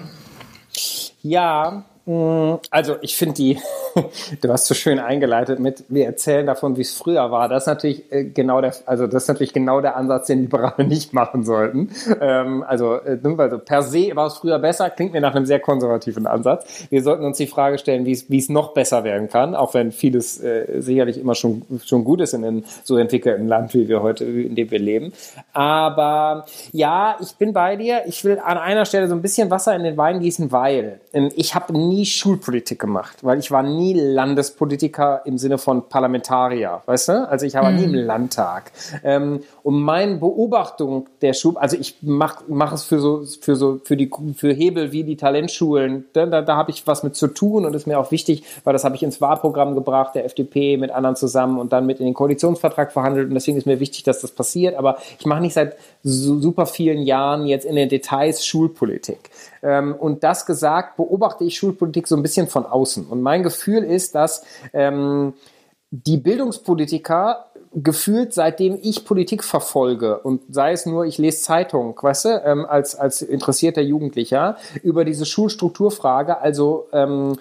Ja, also ich finde die, du hast so schön eingeleitet mit, wir erzählen davon, wie es früher war. Das ist natürlich genau der, also das ist natürlich genau der Ansatz, den Liberale nicht machen sollten. Ähm, also, also per se war es früher besser, klingt mir nach einem sehr konservativen Ansatz. Wir sollten uns die Frage stellen, wie es, wie es noch besser werden kann, auch wenn vieles äh, sicherlich immer schon schon gut ist in einem so entwickelten Land, wie wir heute, in dem wir leben. Aber ja, ich bin bei dir. Ich will an einer Stelle so ein bisschen Wasser in den Wein gießen, weil ähm, ich habe nie Schulpolitik gemacht, weil ich war nie Landespolitiker im Sinne von Parlamentarier, weißt du? Also ich war mhm. nie im Landtag. Ähm, und meine Beobachtung der Schul, also ich mache mach es für so für so für die für Hebel wie die Talentschulen, da, da, da habe ich was mit zu tun und ist mir auch wichtig, weil das habe ich ins Wahlprogramm gebracht, der F D P mit anderen zusammen und dann mit in den Koalitionsvertrag verhandelt und deswegen ist mir wichtig, dass das passiert, aber ich mache nicht seit so super vielen Jahren jetzt in den Details Schulpolitik. Ähm, und das gesagt, beobachte ich Schulpolitik so ein bisschen von außen. Und mein Gefühl ist, dass ähm, die Bildungspolitiker gefühlt, seitdem ich Politik verfolge und sei es nur, ich lese Zeitung, weißt du, ähm, als, als interessierter Jugendlicher, über diese Schulstrukturfrage, also ähm,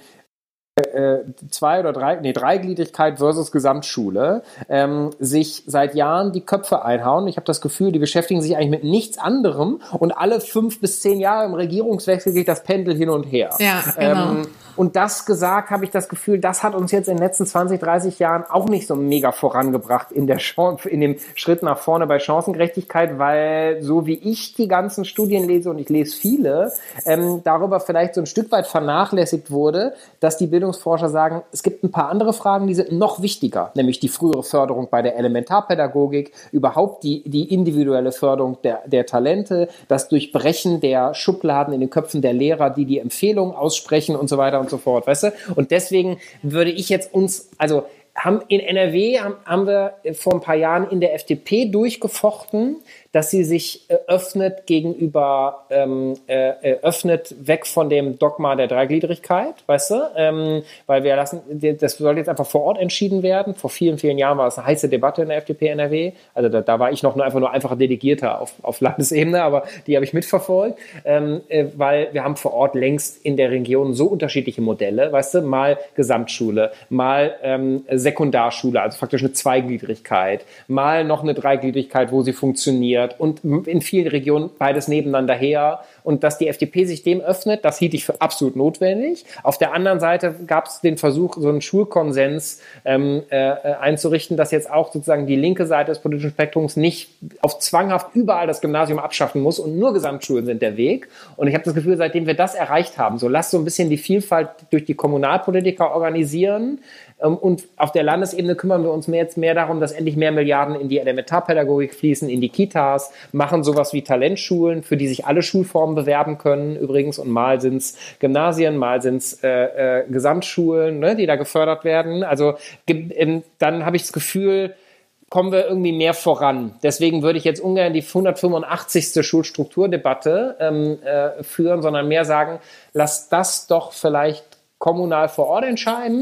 Äh, zwei oder drei, nee, Dreigliedrigkeit versus Gesamtschule, ähm, sich seit Jahren die Köpfe einhauen. Ich habe das Gefühl, die beschäftigen sich eigentlich mit nichts anderem und alle fünf bis zehn Jahre im Regierungswechsel geht das Pendel hin und her. Ja, genau. Ähm, und das gesagt, habe ich das Gefühl, das hat uns jetzt in den letzten zwanzig, dreißig Jahren auch nicht so mega vorangebracht in der Chance, in dem Schritt nach vorne bei Chancengerechtigkeit, weil so wie ich die ganzen Studien lese, und ich lese viele, ähm, darüber vielleicht so ein Stück weit vernachlässigt wurde, dass die Bildungsforscher sagen, es gibt ein paar andere Fragen, die sind noch wichtiger, nämlich die frühere Förderung bei der Elementarpädagogik, überhaupt die, die individuelle Förderung der, der Talente, das Durchbrechen der Schubladen in den Köpfen der Lehrer, die die Empfehlungen aussprechen und so weiter und so fort, weißt du? Und deswegen würde ich jetzt uns, also haben in N R W haben, haben wir vor ein paar Jahren in der F D P durchgefochten, dass sie sich äh, öffnet gegenüber, ähm, äh, öffnet weg von dem Dogma der Dreigliedrigkeit, weißt du? Ähm, weil wir lassen, das soll jetzt einfach vor Ort entschieden werden. Vor vielen, vielen Jahren war es eine heiße Debatte in der F D P N R W. Also da, da war ich noch nur einfach nur einfacher Delegierter auf, auf Landesebene, aber die habe ich mitverfolgt, ähm, äh, weil wir haben vor Ort längst in der Region so unterschiedliche Modelle, weißt du? Mal Gesamtschule, mal ähm, Sekundarschule, also faktisch eine Zweigliedrigkeit, mal noch eine Dreigliedrigkeit, wo sie funktioniert und in vielen Regionen beides nebeneinander her. Und dass die F D P sich dem öffnet, das hielt ich für absolut notwendig. Auf der anderen Seite gab es den Versuch, so einen Schulkonsens ähm, äh, einzurichten, dass jetzt auch sozusagen die linke Seite des politischen Spektrums nicht auf zwanghaft überall das Gymnasium abschaffen muss und nur Gesamtschulen sind der Weg. Und ich habe das Gefühl, seitdem wir das erreicht haben, so lasst so ein bisschen die Vielfalt durch die Kommunalpolitiker organisieren. Und auf der Landesebene kümmern wir uns mehr, jetzt mehr darum, dass endlich mehr Milliarden in die Elementarpädagogik fließen, in die Kitas, machen sowas wie Talentschulen, für die sich alle Schulformen bewerben können übrigens. Und mal sind es Gymnasien, mal sind es äh, äh, Gesamtschulen, ne, die da gefördert werden. Also ähm, dann habe ich das Gefühl, kommen wir irgendwie mehr voran. Deswegen würde ich jetzt ungern die hundertfünfundachtzigste Schulstrukturdebatte ähm, äh, führen, sondern mehr sagen, lass das doch vielleicht kommunal vor Ort entscheiden.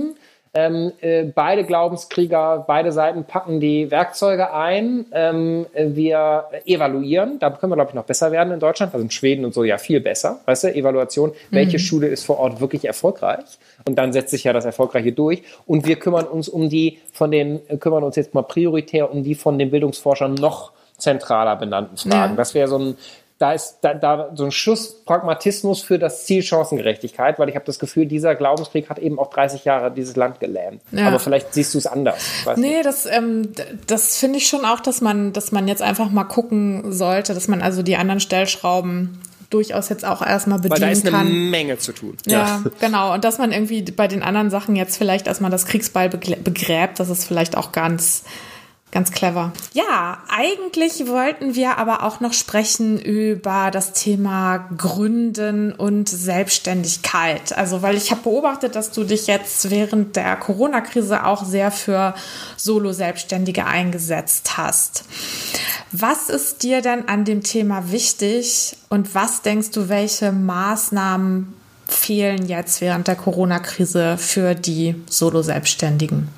Ähm, äh, beide Glaubenskrieger, beide Seiten packen die Werkzeuge ein. Ähm, wir evaluieren. Da können wir, glaube ich, noch besser werden in Deutschland. Also in Schweden und so ja viel besser. Weißt du, Evaluation. Mhm. Welche Schule ist vor Ort wirklich erfolgreich? Und dann setzt sich ja das Erfolgreiche durch. Und wir kümmern uns um die von den, kümmern uns jetzt mal prioritär um die von den Bildungsforschern noch zentraler benannten Fragen. Ja. Das wäre so ein Da ist da, da so ein Schuss Pragmatismus für das Ziel Chancengerechtigkeit, weil ich habe das Gefühl, dieser Glaubenskrieg hat eben auch dreißig Jahre dieses Land gelähmt. Ja. Aber vielleicht siehst du es anders. Nee, das, ähm, das finde ich schon auch, dass man, dass man jetzt einfach mal gucken sollte, dass man also die anderen Stellschrauben durchaus jetzt auch erstmal bedienen kann. Weil da ist eine kann. Menge zu tun. Ja, ja, genau. Und dass man irgendwie bei den anderen Sachen jetzt vielleicht erstmal das Kriegsbeil begräbt, das ist vielleicht auch ganz... Ganz clever. Ja, eigentlich wollten wir aber auch noch sprechen über das Thema Gründen und Selbstständigkeit. Also, weil ich habe beobachtet, dass du dich jetzt während der Corona-Krise auch sehr für Solo-Selbstständige eingesetzt hast. Was ist dir denn an dem Thema wichtig und was denkst du, welche Maßnahmen fehlen jetzt während der Corona-Krise für die Solo-Selbstständigen?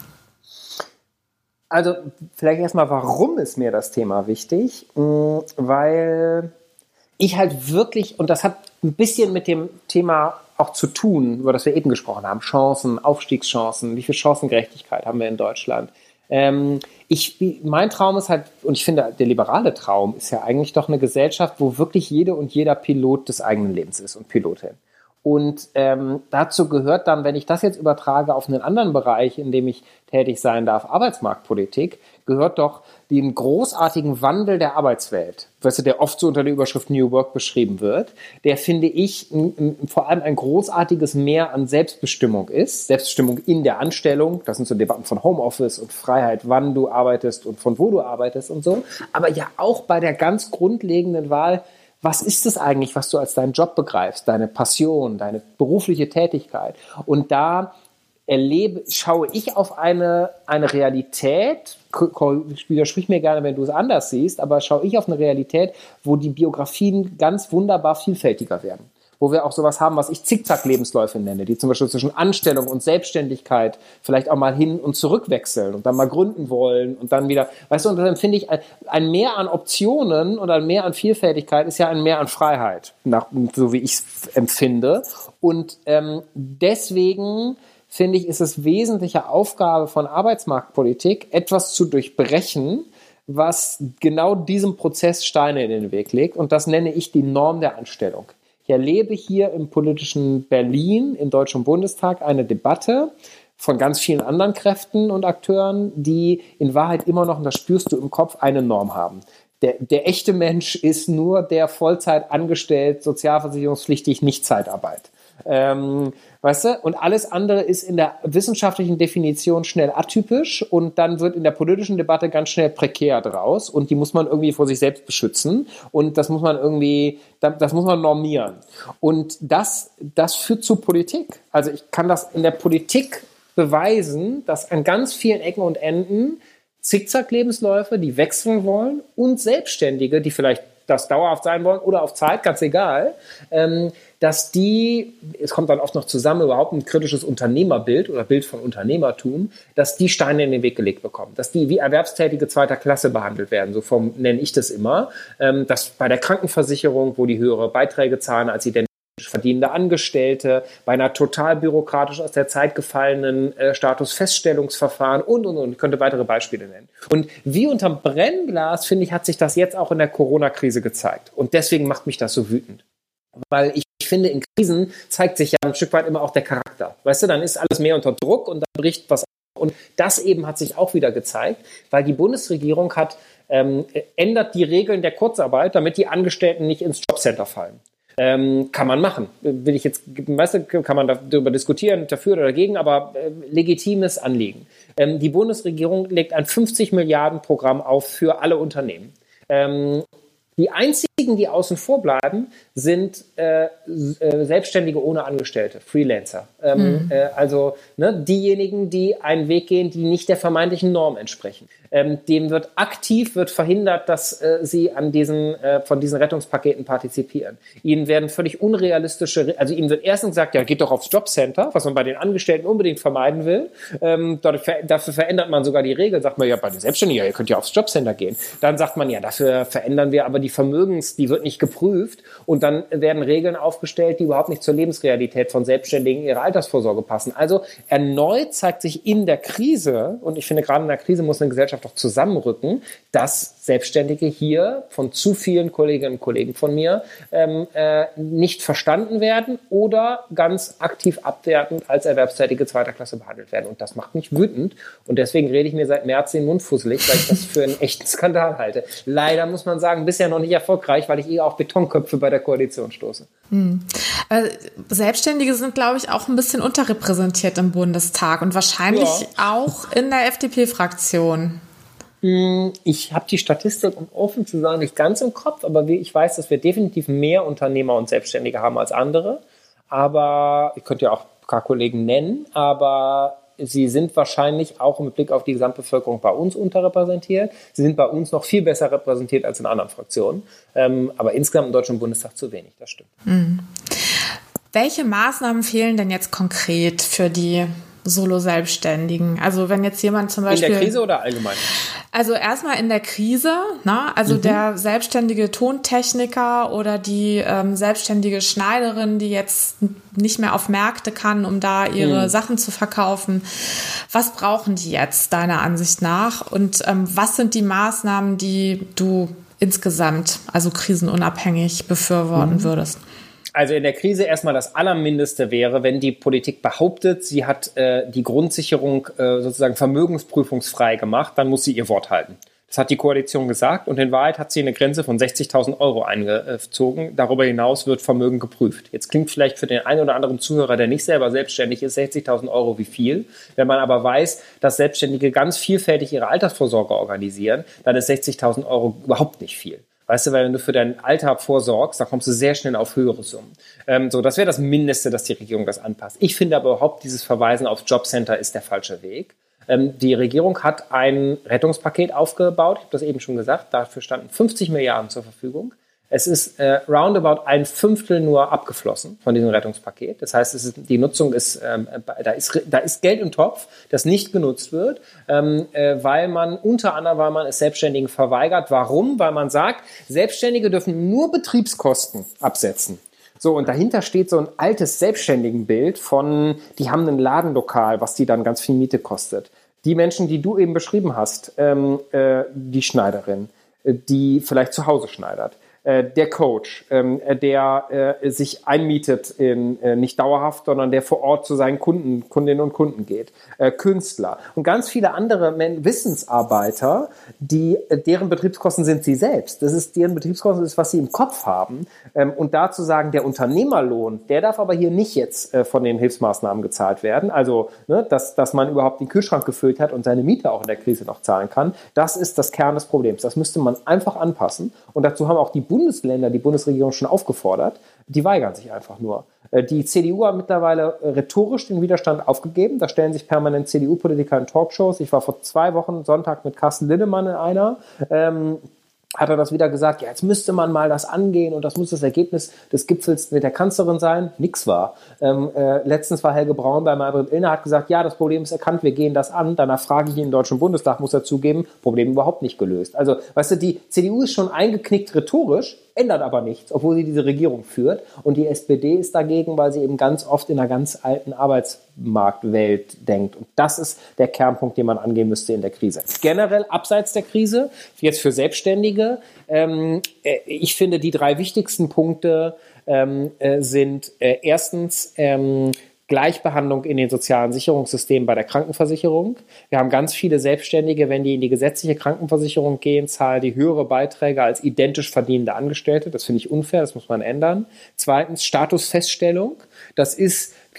Also vielleicht erstmal, warum ist mir das Thema wichtig? Weil ich halt wirklich, und das hat ein bisschen mit dem Thema auch zu tun, über das wir eben gesprochen haben, Chancen, Aufstiegschancen, wie viel Chancengerechtigkeit haben wir in Deutschland? Ähm, ich, mein Traum ist halt, und ich finde, der liberale Traum ist ja eigentlich doch eine Gesellschaft, wo wirklich jede und jeder Pilot des eigenen Lebens ist und Pilotin. Und ähm, dazu gehört dann, wenn ich das jetzt übertrage auf einen anderen Bereich, in dem ich tätig sein darf, Arbeitsmarktpolitik, gehört doch den großartigen Wandel der Arbeitswelt, weißt du, der oft so unter der Überschrift New Work beschrieben wird, der, finde ich, m- m- vor allem ein großartiges Mehr an Selbstbestimmung ist. Selbstbestimmung in der Anstellung, das sind so Debatten von Homeoffice und Freiheit, wann du arbeitest und von wo du arbeitest und so, aber ja auch bei der ganz grundlegenden Wahl, was ist es eigentlich, was du als deinen Job begreifst, deine Passion, deine berufliche Tätigkeit? Und da erlebe, schaue ich auf eine, eine Realität, widersprich mir gerne, wenn du es anders siehst, aber schaue ich auf eine Realität, wo die Biografien ganz wunderbar vielfältiger werden. Wo wir auch sowas haben, was ich Zickzack-Lebensläufe nenne, die zum Beispiel zwischen Anstellung und Selbstständigkeit vielleicht auch mal hin und zurück wechseln und dann mal gründen wollen und dann wieder, weißt du, und dann finde ich, ein, ein Mehr an Optionen und ein Mehr an Vielfältigkeit ist ja ein Mehr an Freiheit, nach, so wie ich es empfinde. Und ähm, deswegen finde ich, ist es wesentliche Aufgabe von Arbeitsmarktpolitik, etwas zu durchbrechen, was genau diesem Prozess Steine in den Weg legt. Und das nenne ich die Norm der Anstellung. Ich erlebe hier im politischen Berlin, im Deutschen Bundestag, eine Debatte von ganz vielen anderen Kräften und Akteuren, die in Wahrheit immer noch, und das spürst du im Kopf, eine Norm haben. Der, der echte Mensch ist nur der Vollzeit angestellt, sozialversicherungspflichtig, nicht Zeitarbeit. Ähm, weißt du? Und alles andere ist in der wissenschaftlichen Definition schnell atypisch und dann wird in der politischen Debatte ganz schnell prekär draus und die muss man irgendwie vor sich selbst beschützen und das muss man irgendwie, das muss man normieren. Und das, das führt zu Politik. Also ich kann das in der Politik beweisen, dass an ganz vielen Ecken und Enden Zickzack-Lebensläufe, die wechseln wollen und Selbstständige, die vielleicht das dauerhaft sein wollen oder auf Zeit, ganz egal, ähm, dass die, es kommt dann oft noch zusammen, überhaupt ein kritisches Unternehmerbild oder Bild von Unternehmertum, dass die Steine in den Weg gelegt bekommen, dass die wie Erwerbstätige zweiter Klasse behandelt werden, so vom, nenne ich das immer, ähm, dass bei der Krankenversicherung, wo die höhere Beiträge zahlen als identisch verdienende Angestellte, bei einer total bürokratisch aus der Zeit gefallenen äh, Statusfeststellungsverfahren und, und, und. Ich könnte weitere Beispiele nennen. Und wie unterm Brennglas, finde ich, hat sich das jetzt auch in der Corona-Krise gezeigt. Und deswegen macht mich das so wütend. Weil ich finde, in Krisen zeigt sich ja ein Stück weit immer auch der Charakter. Weißt du, dann ist alles mehr unter Druck und dann bricht was auf. Und das eben hat sich auch wieder gezeigt, weil die Bundesregierung hat, ähm, ändert die Regeln der Kurzarbeit, damit die Angestellten nicht ins Jobcenter fallen. Ähm, kann man machen. Will ich jetzt, weißt du, kann man darüber diskutieren, dafür oder dagegen, aber äh, legitimes Anliegen. Ähm, die Bundesregierung legt ein fünfzig Milliarden Programm auf für alle Unternehmen. Ähm, die einzige die außen vor bleiben, sind äh, äh, Selbstständige ohne Angestellte, Freelancer. Ähm, mhm. äh, also ne, diejenigen, die einen Weg gehen, die nicht der vermeintlichen Norm entsprechen. Ähm, dem wird aktiv wird verhindert, dass äh, sie an diesen äh, von diesen Rettungspaketen partizipieren. Ihnen werden völlig unrealistische, also ihnen wird erstens gesagt, ja, geht doch aufs Jobcenter, was man bei den Angestellten unbedingt vermeiden will. Ähm, dort, dafür verändert man sogar die Regel, sagt man ja bei den Selbstständigen, ja, ihr könnt ja aufs Jobcenter gehen. Dann sagt man ja, dafür verändern wir aber die Vermögens, die wird nicht geprüft und dann werden Regeln aufgestellt, die überhaupt nicht zur Lebensrealität von Selbstständigen ihrer Altersvorsorge passen. Also erneut zeigt sich in der Krise, und ich finde gerade in der Krise muss eine Gesellschaft doch zusammenrücken, dass Selbstständige hier von zu vielen Kolleginnen und Kollegen von mir ähm, äh, nicht verstanden werden oder ganz aktiv abwertend als Erwerbstätige zweiter Klasse behandelt werden. Und das macht mich wütend. Und deswegen rede ich mir seit März den Mund fusselig, weil ich das für einen echten Skandal halte. Leider muss man sagen, bisher noch nicht erfolgreich, weil ich eher auf Betonköpfe bei der Koalition stoße. Hm. Selbstständige sind, glaube ich, auch ein bisschen unterrepräsentiert im Bundestag und wahrscheinlich ja. auch in der F D P-Fraktion. Ich habe die Statistik, um offen zu sein, nicht ganz im Kopf, aber ich weiß, dass wir definitiv mehr Unternehmer und Selbstständige haben als andere. Aber ich könnte ja auch ein paar Kollegen nennen, aber sie sind wahrscheinlich auch mit Blick auf die Gesamtbevölkerung bei uns unterrepräsentiert. Sie sind bei uns noch viel besser repräsentiert als in anderen Fraktionen. Aber insgesamt im Deutschen Bundestag zu wenig, das stimmt. Mhm. Welche Maßnahmen fehlen denn jetzt konkret für die Solo-Selbstständigen? Also wenn jetzt jemand zum Beispiel... In der Krise oder allgemein? Also erstmal in der Krise, ne? Also mhm. der selbstständige Tontechniker oder die ähm, selbstständige Schneiderin, die jetzt nicht mehr auf Märkte kann, um da ihre mhm. Sachen zu verkaufen. Was brauchen die jetzt deiner Ansicht nach? Und ähm, was sind die Maßnahmen, die du insgesamt, also krisenunabhängig, befürworten mhm. würdest? Also in der Krise erstmal das Allermindeste wäre, wenn die Politik behauptet, sie hat äh, die Grundsicherung äh, sozusagen vermögensprüfungsfrei gemacht, dann muss sie ihr Wort halten. Das hat die Koalition gesagt und in Wahrheit hat sie eine Grenze von sechzigtausend Euro eingezogen. Darüber hinaus wird Vermögen geprüft. Jetzt klingt vielleicht für den einen oder anderen Zuhörer, der nicht selber selbstständig ist, sechzigtausend Euro wie viel. Wenn man aber weiß, dass Selbstständige ganz vielfältig ihre Altersvorsorge organisieren, dann ist sechzigtausend Euro überhaupt nicht viel. Weißt du, weil wenn du für dein Alter vorsorgst, dann kommst du sehr schnell auf höhere Summen. Ähm, so, das wäre das Mindeste, dass die Regierung das anpasst. Ich finde aber überhaupt, dieses Verweisen auf Jobcenter ist der falsche Weg. Ähm, die Regierung hat ein Rettungspaket aufgebaut. Ich habe das eben schon gesagt. Dafür standen fünfzig Milliarden zur Verfügung. Es ist äh, roundabout ein Fünftel nur abgeflossen von diesem Rettungspaket. Das heißt, es ist, die Nutzung ist, ähm, da ist, da ist Geld im Topf, das nicht genutzt wird, ähm, äh, weil man unter anderem, weil man es Selbstständigen verweigert. Warum? Weil man sagt, Selbstständige dürfen nur Betriebskosten absetzen. So, und dahinter steht so ein altes Selbstständigenbild von, die haben ein Ladenlokal, was die dann ganz viel Miete kostet. Die Menschen, die du eben beschrieben hast, ähm, äh, die Schneiderin, die vielleicht zu Hause schneidert, der Coach, der sich einmietet, in, nicht dauerhaft, sondern der vor Ort zu seinen Kunden, Kundinnen und Kunden geht, Künstler und ganz viele andere Wissensarbeiter, die, deren Betriebskosten sind sie selbst. Das ist deren Betriebskosten, das ist, was sie im Kopf haben. Und da zu sagen, der Unternehmerlohn, der darf aber hier nicht jetzt von den Hilfsmaßnahmen gezahlt werden. Also, ne, dass, dass man überhaupt den Kühlschrank gefüllt hat und seine Miete auch in der Krise noch zahlen kann. Das ist das Kern des Problems. Das müsste man einfach anpassen. Und dazu haben auch die Bundesländer, die Bundesregierung schon aufgefordert, die weigern sich einfach nur. Die C D U hat mittlerweile rhetorisch den Widerstand aufgegeben. Da stellen sich permanent C D U-Politiker in Talkshows. Ich war vor zwei Wochen Sonntag mit Carsten Linnemann in einer. Ähm, hat er das wieder gesagt, ja, jetzt müsste man mal das angehen und das muss das Ergebnis des Gipfels mit der Kanzlerin sein. Nix war. Ähm, äh, letztens war Helge Braun bei Maybrit Illner, hat gesagt, ja, das Problem ist erkannt, wir gehen das an. Danach frage ich ihn im Deutschen Bundestag, muss er zugeben, Problem überhaupt nicht gelöst. Also, weißt du, die C D U ist schon eingeknickt rhetorisch, ändert aber nichts, obwohl sie diese Regierung führt. Und die S P D ist dagegen, weil sie eben ganz oft in einer ganz alten Arbeitsmarktwelt denkt. Und das ist der Kernpunkt, den man angehen müsste in der Krise. Generell abseits der Krise, jetzt für Selbstständige, ähm, ich finde, die drei wichtigsten Punkte ähm, äh, sind äh, erstens ähm, Gleichbehandlung in den sozialen Sicherungssystemen bei der Krankenversicherung. Wir haben ganz viele Selbstständige, wenn die in die gesetzliche Krankenversicherung gehen, zahlen die höhere Beiträge als identisch verdienende Angestellte. Das finde ich unfair, das muss man ändern. Zweitens Statusfeststellung. Das ist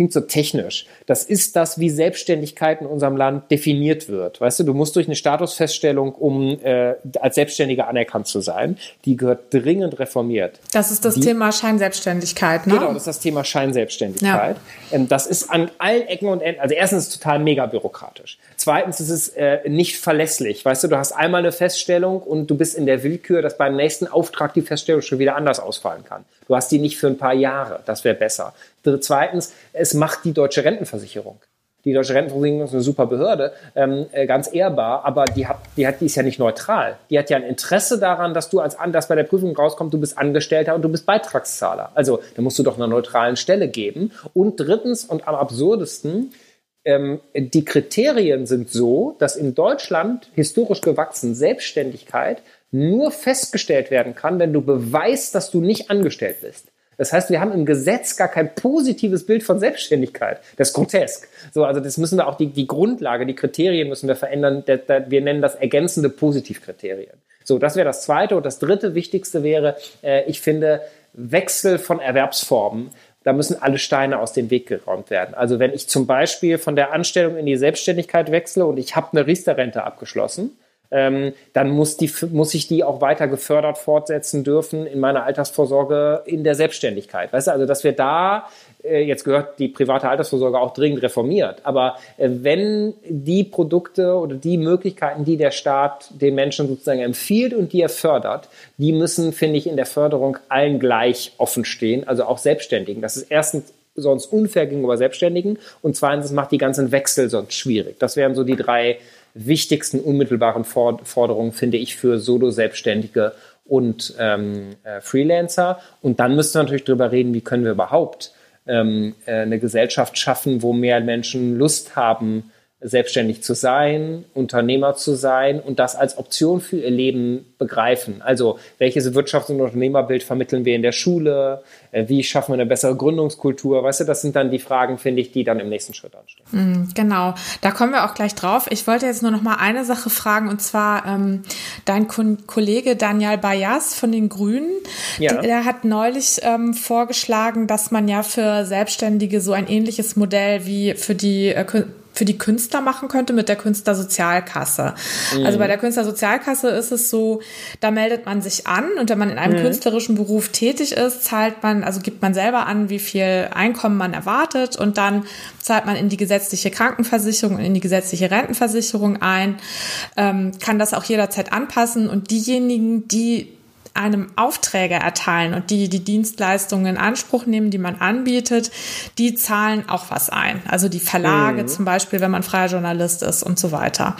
klingt so technisch. Das ist das, wie Selbstständigkeit in unserem Land definiert wird. Weißt du, du musst durch eine Statusfeststellung, um äh, als Selbstständiger anerkannt zu sein, die gehört dringend reformiert. Das ist das die, Thema Scheinselbstständigkeit, ne? Genau, das ist das Thema Scheinselbstständigkeit. Ja. Ähm, das ist an allen Ecken und Enden, also erstens ist es total mega bürokratisch. Zweitens ist es äh, nicht verlässlich. Weißt du, du hast einmal eine Feststellung und du bist in der Willkür, dass beim nächsten Auftrag die Feststellung schon wieder anders ausfallen kann. Du hast die nicht für ein paar Jahre. Das wäre besser. Zweitens, es macht die Deutsche Rentenversicherung. Die Deutsche Rentenversicherung ist eine super Behörde, ähm, ganz ehrbar, aber die hat, die hat, die ist ja nicht neutral. Die hat ja ein Interesse daran, dass du als dass bei der Prüfung rauskommt, du bist Angestellter und du bist Beitragszahler. Also, da musst du doch einer neutralen Stelle geben. Und drittens und am absurdesten, ähm, die Kriterien sind so, dass in Deutschland historisch gewachsen Selbstständigkeit nur festgestellt werden kann, wenn du beweist, dass du nicht angestellt bist. Das heißt, wir haben im Gesetz gar kein positives Bild von Selbstständigkeit. Das ist grotesk. So, also das müssen wir auch, die, die Grundlage, die Kriterien müssen wir verändern. Da, da, wir nennen das ergänzende Positivkriterien. So, das wäre das Zweite. Und das Dritte Wichtigste wäre, äh, ich finde, Wechsel von Erwerbsformen. Da müssen alle Steine aus dem Weg geräumt werden. Also wenn ich zum Beispiel von der Anstellung in die Selbstständigkeit wechsle und ich habe eine Riester-Rente abgeschlossen, Ähm, dann muss, die, muss ich die auch weiter gefördert fortsetzen dürfen in meiner Altersvorsorge in der Selbstständigkeit. Weißt du, also dass wir da, äh, jetzt gehört die private Altersvorsorge auch dringend reformiert, aber äh, wenn die Produkte oder die Möglichkeiten, die der Staat den Menschen sozusagen empfiehlt und die er fördert, die müssen, finde ich, in der Förderung allen gleich offen stehen, also auch Selbstständigen. Das ist erstens sonst unfair gegenüber Selbstständigen und zweitens macht die ganzen Wechsel sonst schwierig. Das wären so die drei wichtigsten unmittelbaren Forderungen, finde ich, für Solo-Selbstständige und ähm, äh, Freelancer. Und dann müssen wir natürlich darüber reden, wie können wir überhaupt ähm, äh, eine Gesellschaft schaffen, wo mehr Menschen Lust haben, selbstständig zu sein, Unternehmer zu sein und das als Option für ihr Leben begreifen. Also welches Wirtschafts- und Unternehmerbild vermitteln wir in der Schule? Wie schaffen wir eine bessere Gründungskultur? Weißt du, das sind dann die Fragen, finde ich, die dann im nächsten Schritt anstehen. Genau, da kommen wir auch gleich drauf. Ich wollte jetzt nur noch mal eine Sache fragen, und zwar ähm, dein Ko- Kollege Daniel Bayas von den Grünen, ja. der, der hat neulich ähm, vorgeschlagen, dass man ja für Selbstständige so ein ähnliches Modell wie für die äh, für die Künstler machen könnte mit der Künstlersozialkasse. Mhm. Also bei der Künstlersozialkasse ist es so, da meldet man sich an und wenn man in einem mhm. künstlerischen Beruf tätig ist, zahlt man, also gibt man selber an, wie viel Einkommen man erwartet und dann zahlt man in die gesetzliche Krankenversicherung und in die gesetzliche Rentenversicherung ein, ähm, kann das auch jederzeit anpassen und diejenigen, die einem Aufträge erteilen und die die Dienstleistungen in Anspruch nehmen, die man anbietet, die zahlen auch was ein. Also die Verlage mhm. zum Beispiel, wenn man freier Journalist ist und so weiter.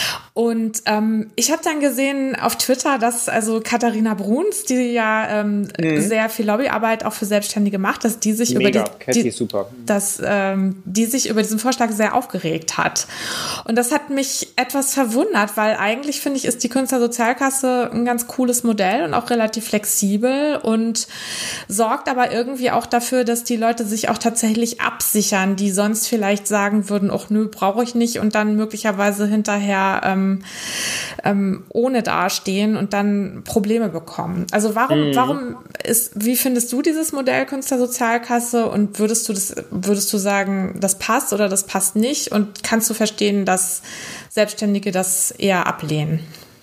Und ähm, ich habe dann gesehen auf Twitter, dass also Katharina Bruns, die ja ähm, mhm. sehr viel Lobbyarbeit auch für Selbstständige macht, dass die sich Mega. über die, die super. Dass, ähm, die sich über diesen Vorschlag sehr aufgeregt hat. Und das hat mich etwas verwundert, weil eigentlich finde ich, ist die Künstlersozialkasse ein ganz cooles Modell und auch relativ flexibel und sorgt aber irgendwie auch dafür, dass die Leute sich auch tatsächlich absichern, die sonst vielleicht sagen würden, ach nö, brauche ich nicht und dann möglicherweise hinterher ähm, ähm, ohne dastehen und dann Probleme bekommen. Also warum, mhm. warum ist, wie findest du dieses Modell Künstlersozialkasse und würdest du das, würdest du sagen, das passt oder das passt nicht und kannst du verstehen, dass Selbstständige das eher ablehnen?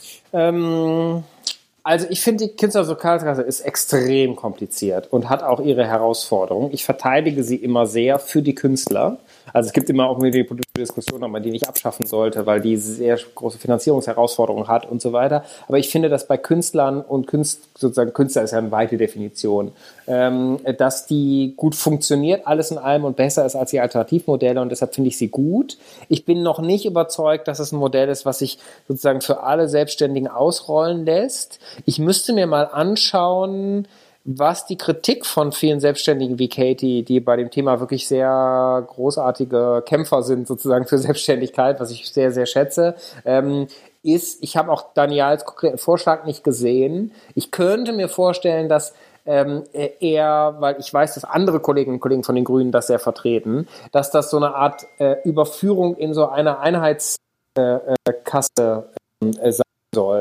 Ähm Also ich finde, die Künstlersozialkasse ist extrem kompliziert und hat auch ihre Herausforderungen. Ich verteidige sie immer sehr für die Künstler. Also es gibt immer auch wieder die politische Diskussion, ob man die nicht abschaffen sollte, weil die sehr große Finanzierungsherausforderungen hat und so weiter. Aber ich finde, dass bei Künstlern und Künst, sozusagen Künstler ist ja eine weite Definition, ähm, dass die gut funktioniert, alles in allem und besser ist als die Alternativmodelle und deshalb finde ich sie gut. Ich bin noch nicht überzeugt, dass es ein Modell ist, was sich sozusagen für alle Selbstständigen ausrollen lässt. Ich müsste mir mal anschauen, was die Kritik von vielen Selbstständigen wie Katie, die bei dem Thema wirklich sehr großartige Kämpfer sind, sozusagen für Selbstständigkeit, was ich sehr, sehr schätze, ähm, ist, ich habe auch Daniels konkreten Vorschlag nicht gesehen. Ich könnte mir vorstellen, dass ähm, er, weil ich weiß, dass andere Kolleginnen und Kollegen von den Grünen das sehr vertreten, dass das so eine Art äh, Überführung in so eine Einheitskasse äh, äh, sein soll.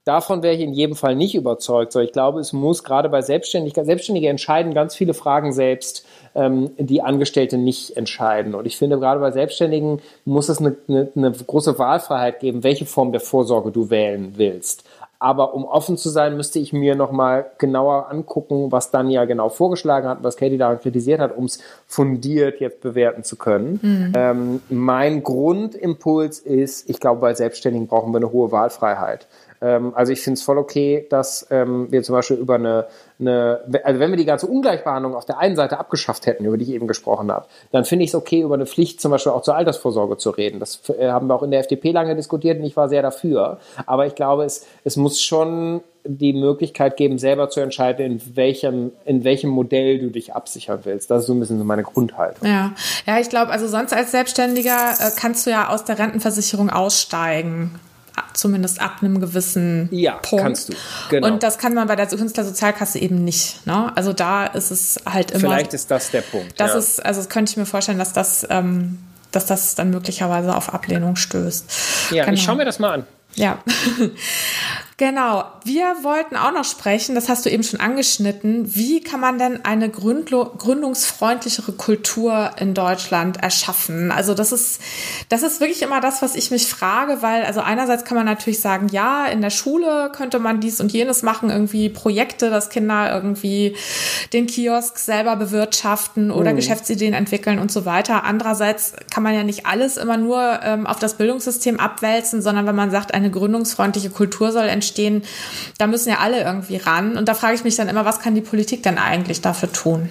Davon wäre ich in jedem Fall nicht überzeugt. So, ich glaube, es muss gerade bei Selbstständigkeit, Selbstständige entscheiden ganz viele Fragen selbst, ähm, die Angestellte nicht entscheiden. Und ich finde, gerade bei Selbstständigen muss es eine, eine, eine große Wahlfreiheit geben, welche Form der Vorsorge du wählen willst. Aber um offen zu sein, müsste ich mir nochmal genauer angucken, was Danja genau vorgeschlagen hat, was Katie daran kritisiert hat, um es fundiert jetzt bewerten zu können. Mhm. Ähm, mein Grundimpuls ist, ich glaube, bei Selbstständigen brauchen wir eine hohe Wahlfreiheit. Ähm, also ich finde es voll okay, dass ähm, wir zum Beispiel über eine, eine, also wenn wir die ganze Ungleichbehandlung auf der einen Seite abgeschafft hätten, über die ich eben gesprochen habe, dann finde ich es okay, über eine Pflicht zum Beispiel auch zur Altersvorsorge zu reden. Das äh, haben wir auch in der F D P lange diskutiert und ich war sehr dafür. Aber ich glaube, es, es muss schon die Möglichkeit geben, selber zu entscheiden, in welchem, in welchem Modell du dich absichern willst. Das ist so ein bisschen so meine Grundhaltung. Ja, ja, ich glaube, also sonst als Selbstständiger äh, kannst du ja aus der Rentenversicherung aussteigen. Zumindest ab einem gewissen ja, Punkt. Kannst du. Genau. Und das kann man bei der Künstlersozialkasse eben nicht. Ne? Also da ist es halt immer. Vielleicht ist das der Punkt. Das ja. ist, also das könnte ich mir vorstellen, dass das, ähm, dass das dann möglicherweise auf Ablehnung stößt. Ja, genau. Ich schaue mir das mal an. Ja. Genau. Wir wollten auch noch sprechen, das hast du eben schon angeschnitten, wie kann man denn eine gründlo- gründungsfreundlichere Kultur in Deutschland erschaffen? Also das ist, das ist wirklich immer das, was ich mich frage, weil also einerseits kann man natürlich sagen, ja, in der Schule könnte man dies und jenes machen, irgendwie Projekte, dass Kinder irgendwie den Kiosk selber bewirtschaften oder mhm. Geschäftsideen entwickeln und so weiter. Andererseits kann man ja nicht alles immer nur ähm, auf das Bildungssystem abwälzen, sondern wenn man sagt, eine gründungsfreundliche Kultur soll entstehen, stehen, da müssen ja alle irgendwie ran. Und da frage ich mich dann immer, was kann die Politik denn eigentlich dafür tun?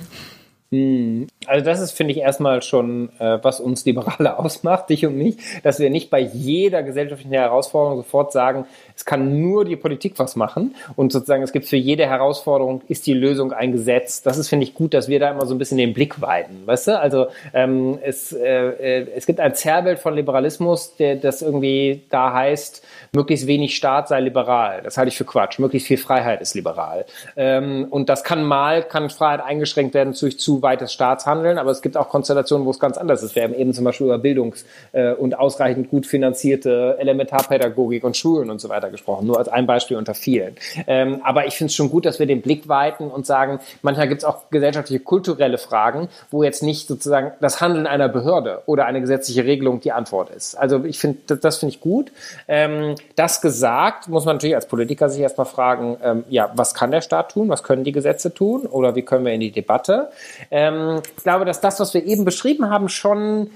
Also das ist, finde ich, erstmal schon, äh, was uns Liberale ausmacht, dich und mich, dass wir nicht bei jeder gesellschaftlichen Herausforderung sofort sagen, es kann nur die Politik was machen und sozusagen es gibt für jede Herausforderung, ist die Lösung ein Gesetz. Das ist, finde ich, gut, dass wir da immer so ein bisschen den Blick weiten, weißt du? Also ähm, es, äh, es gibt ein Zerrbild von Liberalismus, der das irgendwie da heißt, möglichst wenig Staat sei liberal. Das halte ich für Quatsch. Möglichst viel Freiheit ist liberal. Ähm, und das kann mal, kann Freiheit eingeschränkt werden durch zu weites Staatshandeln, aber es gibt auch Konstellationen, wo es ganz anders ist. Wir haben eben zum Beispiel über Bildungs- äh, und ausreichend gut finanzierte Elementarpädagogik und Schulen und so weiter gesprochen, nur als ein Beispiel unter vielen. Ähm, aber ich finde es schon gut, dass wir den Blick weiten und sagen, manchmal gibt es auch gesellschaftliche, kulturelle Fragen, wo jetzt nicht sozusagen das Handeln einer Behörde oder eine gesetzliche Regelung die Antwort ist. Also ich finde, das, das finde ich gut. Ähm, das gesagt, muss man natürlich als Politiker sich erstmal fragen, ähm, ja, was kann der Staat tun, was können die Gesetze tun oder wie können wir in die Debatte? Ähm, ich glaube, dass das, was wir eben beschrieben haben, schon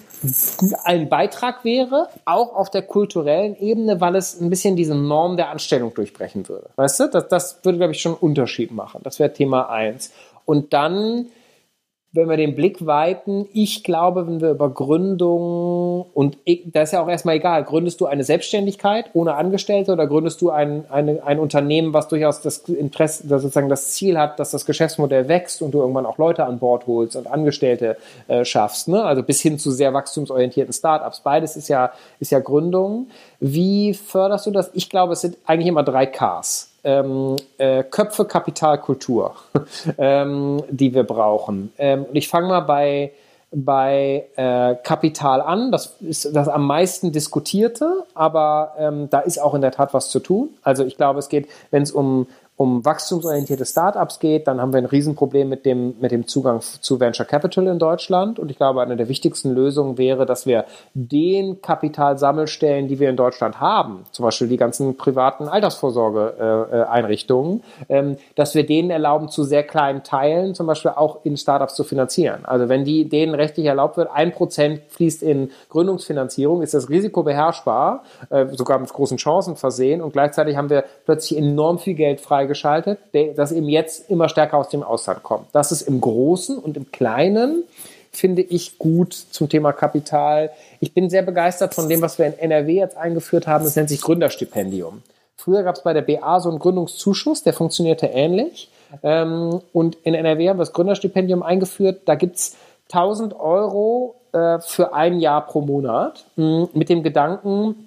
ein Beitrag wäre, auch auf der kulturellen Ebene, weil es ein bisschen diese Norm der Anstellung durchbrechen würde. Weißt du, das, das würde, glaube ich, schon einen Unterschied machen. Das wäre Thema eins. Und dann, wenn wir den Blick weiten, ich glaube, wenn wir über Gründung, und da ist ja auch erstmal egal, gründest du eine Selbstständigkeit ohne Angestellte oder gründest du ein, eine, ein Unternehmen, was durchaus das Interesse, das sozusagen das Ziel hat, dass das Geschäftsmodell wächst und du irgendwann auch Leute an Bord holst und Angestellte äh, schaffst, ne? Also bis hin zu sehr wachstumsorientierten Startups. Beides ist ja, ist ja Gründung. Wie förderst du das? Ich glaube, es sind eigentlich immer drei Ks. Ähm, äh, Köpfe, Kapital, Kultur, ähm, die wir brauchen. Ähm, und ich fange mal bei, bei äh, Kapital an. Das ist das am meisten diskutierte, aber ähm, da ist auch in der Tat was zu tun. Also ich glaube, es geht, wenn es um um wachstumsorientierte Startups geht, dann haben wir ein Riesenproblem mit dem, mit dem Zugang zu Venture Capital in Deutschland. Und ich glaube, eine der wichtigsten Lösungen wäre, dass wir den Kapitalsammelstellen, die wir in Deutschland haben, zum Beispiel die ganzen privaten Altersvorsorgeeinrichtungen, äh, ähm, dass wir denen erlauben, zu sehr kleinen Teilen zum Beispiel auch in Startups zu finanzieren. Also wenn die denen rechtlich erlaubt wird, ein Prozent fließt in Gründungsfinanzierung, ist das Risiko beherrschbar, äh, sogar mit großen Chancen versehen. Und gleichzeitig haben wir plötzlich enorm viel Geld frei geschaltet, das eben jetzt immer stärker aus dem Ausland kommt. Das ist im Großen und im Kleinen, finde ich, gut zum Thema Kapital. Ich bin sehr begeistert von dem, was wir in N R W jetzt eingeführt haben. Das nennt sich Gründerstipendium. Früher gab es bei der B A so einen Gründungszuschuss, der funktionierte ähnlich. Und in N R W haben wir das Gründerstipendium eingeführt. Da gibt es tausend Euro für ein Jahr pro Monat mit dem Gedanken,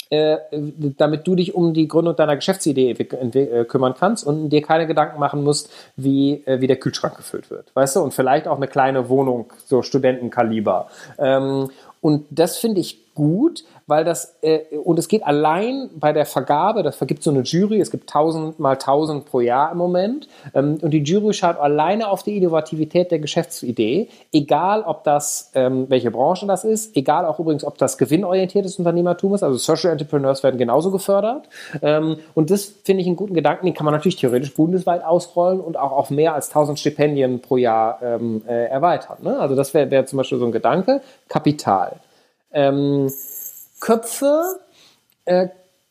damit du dich um die Gründung deiner Geschäftsidee kümmern kannst und dir keine Gedanken machen musst, wie, wie der Kühlschrank gefüllt wird. Weißt du? Und vielleicht auch eine kleine Wohnung, so Studentenkaliber. Und das finde ich gut, weil das, äh, und es geht allein bei der Vergabe, das vergibt so eine Jury, es gibt tausend mal tausend pro Jahr im Moment, ähm, und die Jury schaut alleine auf die Innovativität der Geschäftsidee, egal ob das, ähm, welche Branche das ist, egal auch übrigens, ob das gewinnorientiertes Unternehmertum ist, also Social Entrepreneurs werden genauso gefördert, ähm, und das finde ich einen guten Gedanken, den kann man natürlich theoretisch bundesweit ausrollen und auch auf mehr als tausend Stipendien pro Jahr ähm, äh, erweitern, ne? Also das wäre wär zum Beispiel so ein Gedanke. Kapital. Ähm, Köpfe, äh,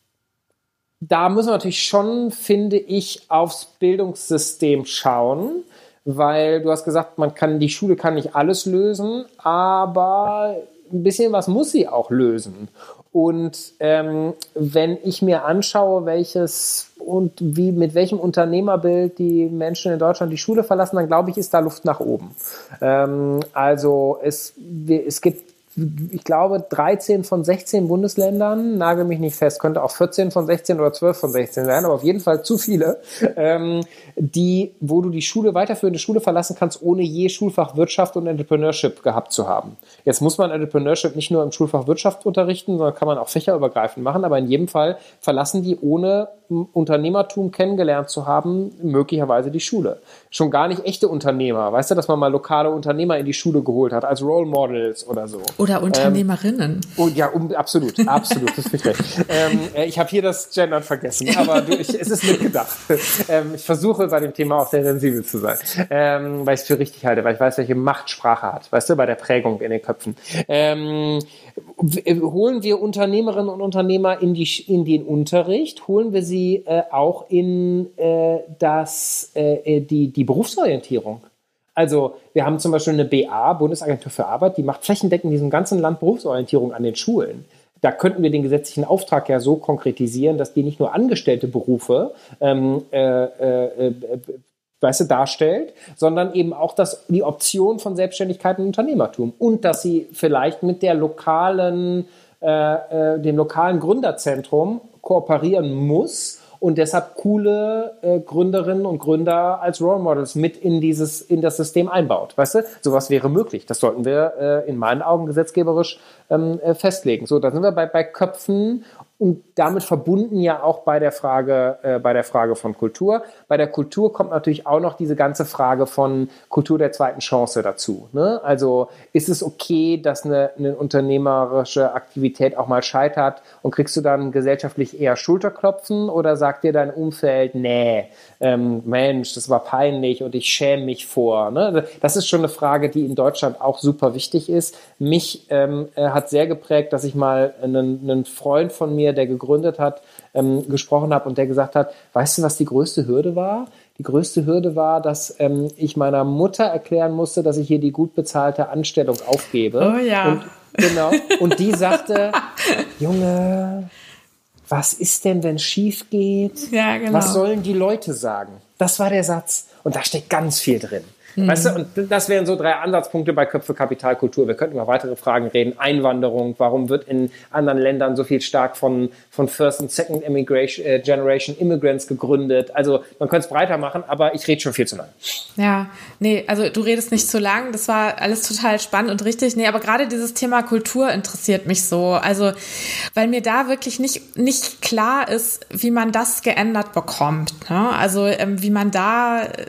da müssen wir natürlich schon, finde ich, aufs Bildungssystem schauen, weil du hast gesagt, man kann, die Schule kann nicht alles lösen, aber ein bisschen was muss sie auch lösen. Und ähm, wenn ich mir anschaue, welches und wie mit welchem Unternehmerbild die Menschen in Deutschland die Schule verlassen, dann glaube ich, ist da Luft nach oben. Ähm, also es, es gibt, ich glaube, dreizehn von sechzehn Bundesländern, nagel mich nicht fest, könnte auch vierzehn von sechzehn oder zwölf von sechzehn sein, aber auf jeden Fall zu viele, ähm, die, wo du die Schule, weiterführende Schule verlassen kannst, ohne je Schulfach Wirtschaft und Entrepreneurship gehabt zu haben. Jetzt muss man Entrepreneurship nicht nur im Schulfach Wirtschaft unterrichten, sondern kann man auch fächerübergreifend machen, aber in jedem Fall verlassen die, ohne Unternehmertum kennengelernt zu haben, möglicherweise die Schule. Schon gar nicht echte Unternehmer, weißt du, dass man mal lokale Unternehmer in die Schule geholt hat, als Role Models oder so. Oder Unternehmerinnen. Ähm, oh, ja, um, absolut, absolut, das ist richtig. ähm, ich habe hier das Gendern vergessen, aber du, ich, es ist mitgedacht. Ähm, ich versuche bei dem Thema auch sehr sensibel zu sein, ähm, weil ich es für richtig halte, weil ich weiß, welche Macht Sprache hat, weißt du, bei der Prägung in den Köpfen. Ähm, holen wir Unternehmerinnen und Unternehmer in, die, in den Unterricht, holen wir sie äh, auch in äh, das, äh, die, die Berufsorientierung. Also wir haben zum Beispiel eine B A, Bundesagentur für Arbeit, die macht flächendeckend in diesem ganzen Land Berufsorientierung an den Schulen. Da könnten wir den gesetzlichen Auftrag ja so konkretisieren, dass die nicht nur angestellte Berufe ähm, äh, äh, äh, weißt du, darstellt, sondern eben auch das, die Option von Selbstständigkeit und Unternehmertum und dass sie vielleicht mit der lokalen, äh, äh, dem lokalen Gründerzentrum kooperieren muss und deshalb coole äh, Gründerinnen und Gründer als Role Models mit in dieses, in das System einbaut. Weißt du, sowas wäre möglich. Das sollten wir äh, in meinen Augen gesetzgeberisch ähm, äh, festlegen. So, da sind wir bei, bei Köpfen und damit verbunden ja auch bei der Frage, äh, bei der Frage von Kultur. Bei der Kultur kommt natürlich auch noch diese ganze Frage von Kultur der zweiten Chance dazu, ne? Also ist es okay, dass eine, eine unternehmerische Aktivität auch mal scheitert und kriegst du dann gesellschaftlich eher Schulterklopfen oder sagt dir dein Umfeld, nee, ähm, Mensch, das war peinlich und ich schäme mich vor, ne? Das ist schon eine Frage, die in Deutschland auch super wichtig ist. Mich ähm, hat sehr geprägt, dass ich mal einen, einen Freund von mir, der gegründet hat, ähm, gesprochen habe und der gesagt hat, weißt du, was die größte Hürde war? Die größte Hürde war, dass ähm, ich meiner Mutter erklären musste, dass ich hier die gut bezahlte Anstellung aufgebe. Oh ja. Und, genau. Und die sagte, Junge, was ist denn, wenn es schief geht? Ja, genau. Was sollen die Leute sagen? Das war der Satz. Und da steckt ganz viel drin. Mhm. Weißt du, und das wären so drei Ansatzpunkte bei Köpfe Kapital Kultur. Wir könnten über weitere Fragen reden. Einwanderung, warum wird in anderen Ländern so viel stark von, von First und Second Immigration, äh, Generation Immigrants gegründet? Also man könnte es breiter machen, aber ich rede schon viel zu lang. Ja, nee, also du redest nicht zu lang. Das war alles total spannend und richtig. Nee, aber gerade dieses Thema Kultur interessiert mich so. Also, weil mir da wirklich nicht, nicht klar ist, wie man das geändert bekommt, ne? Also, ähm, wie man da äh,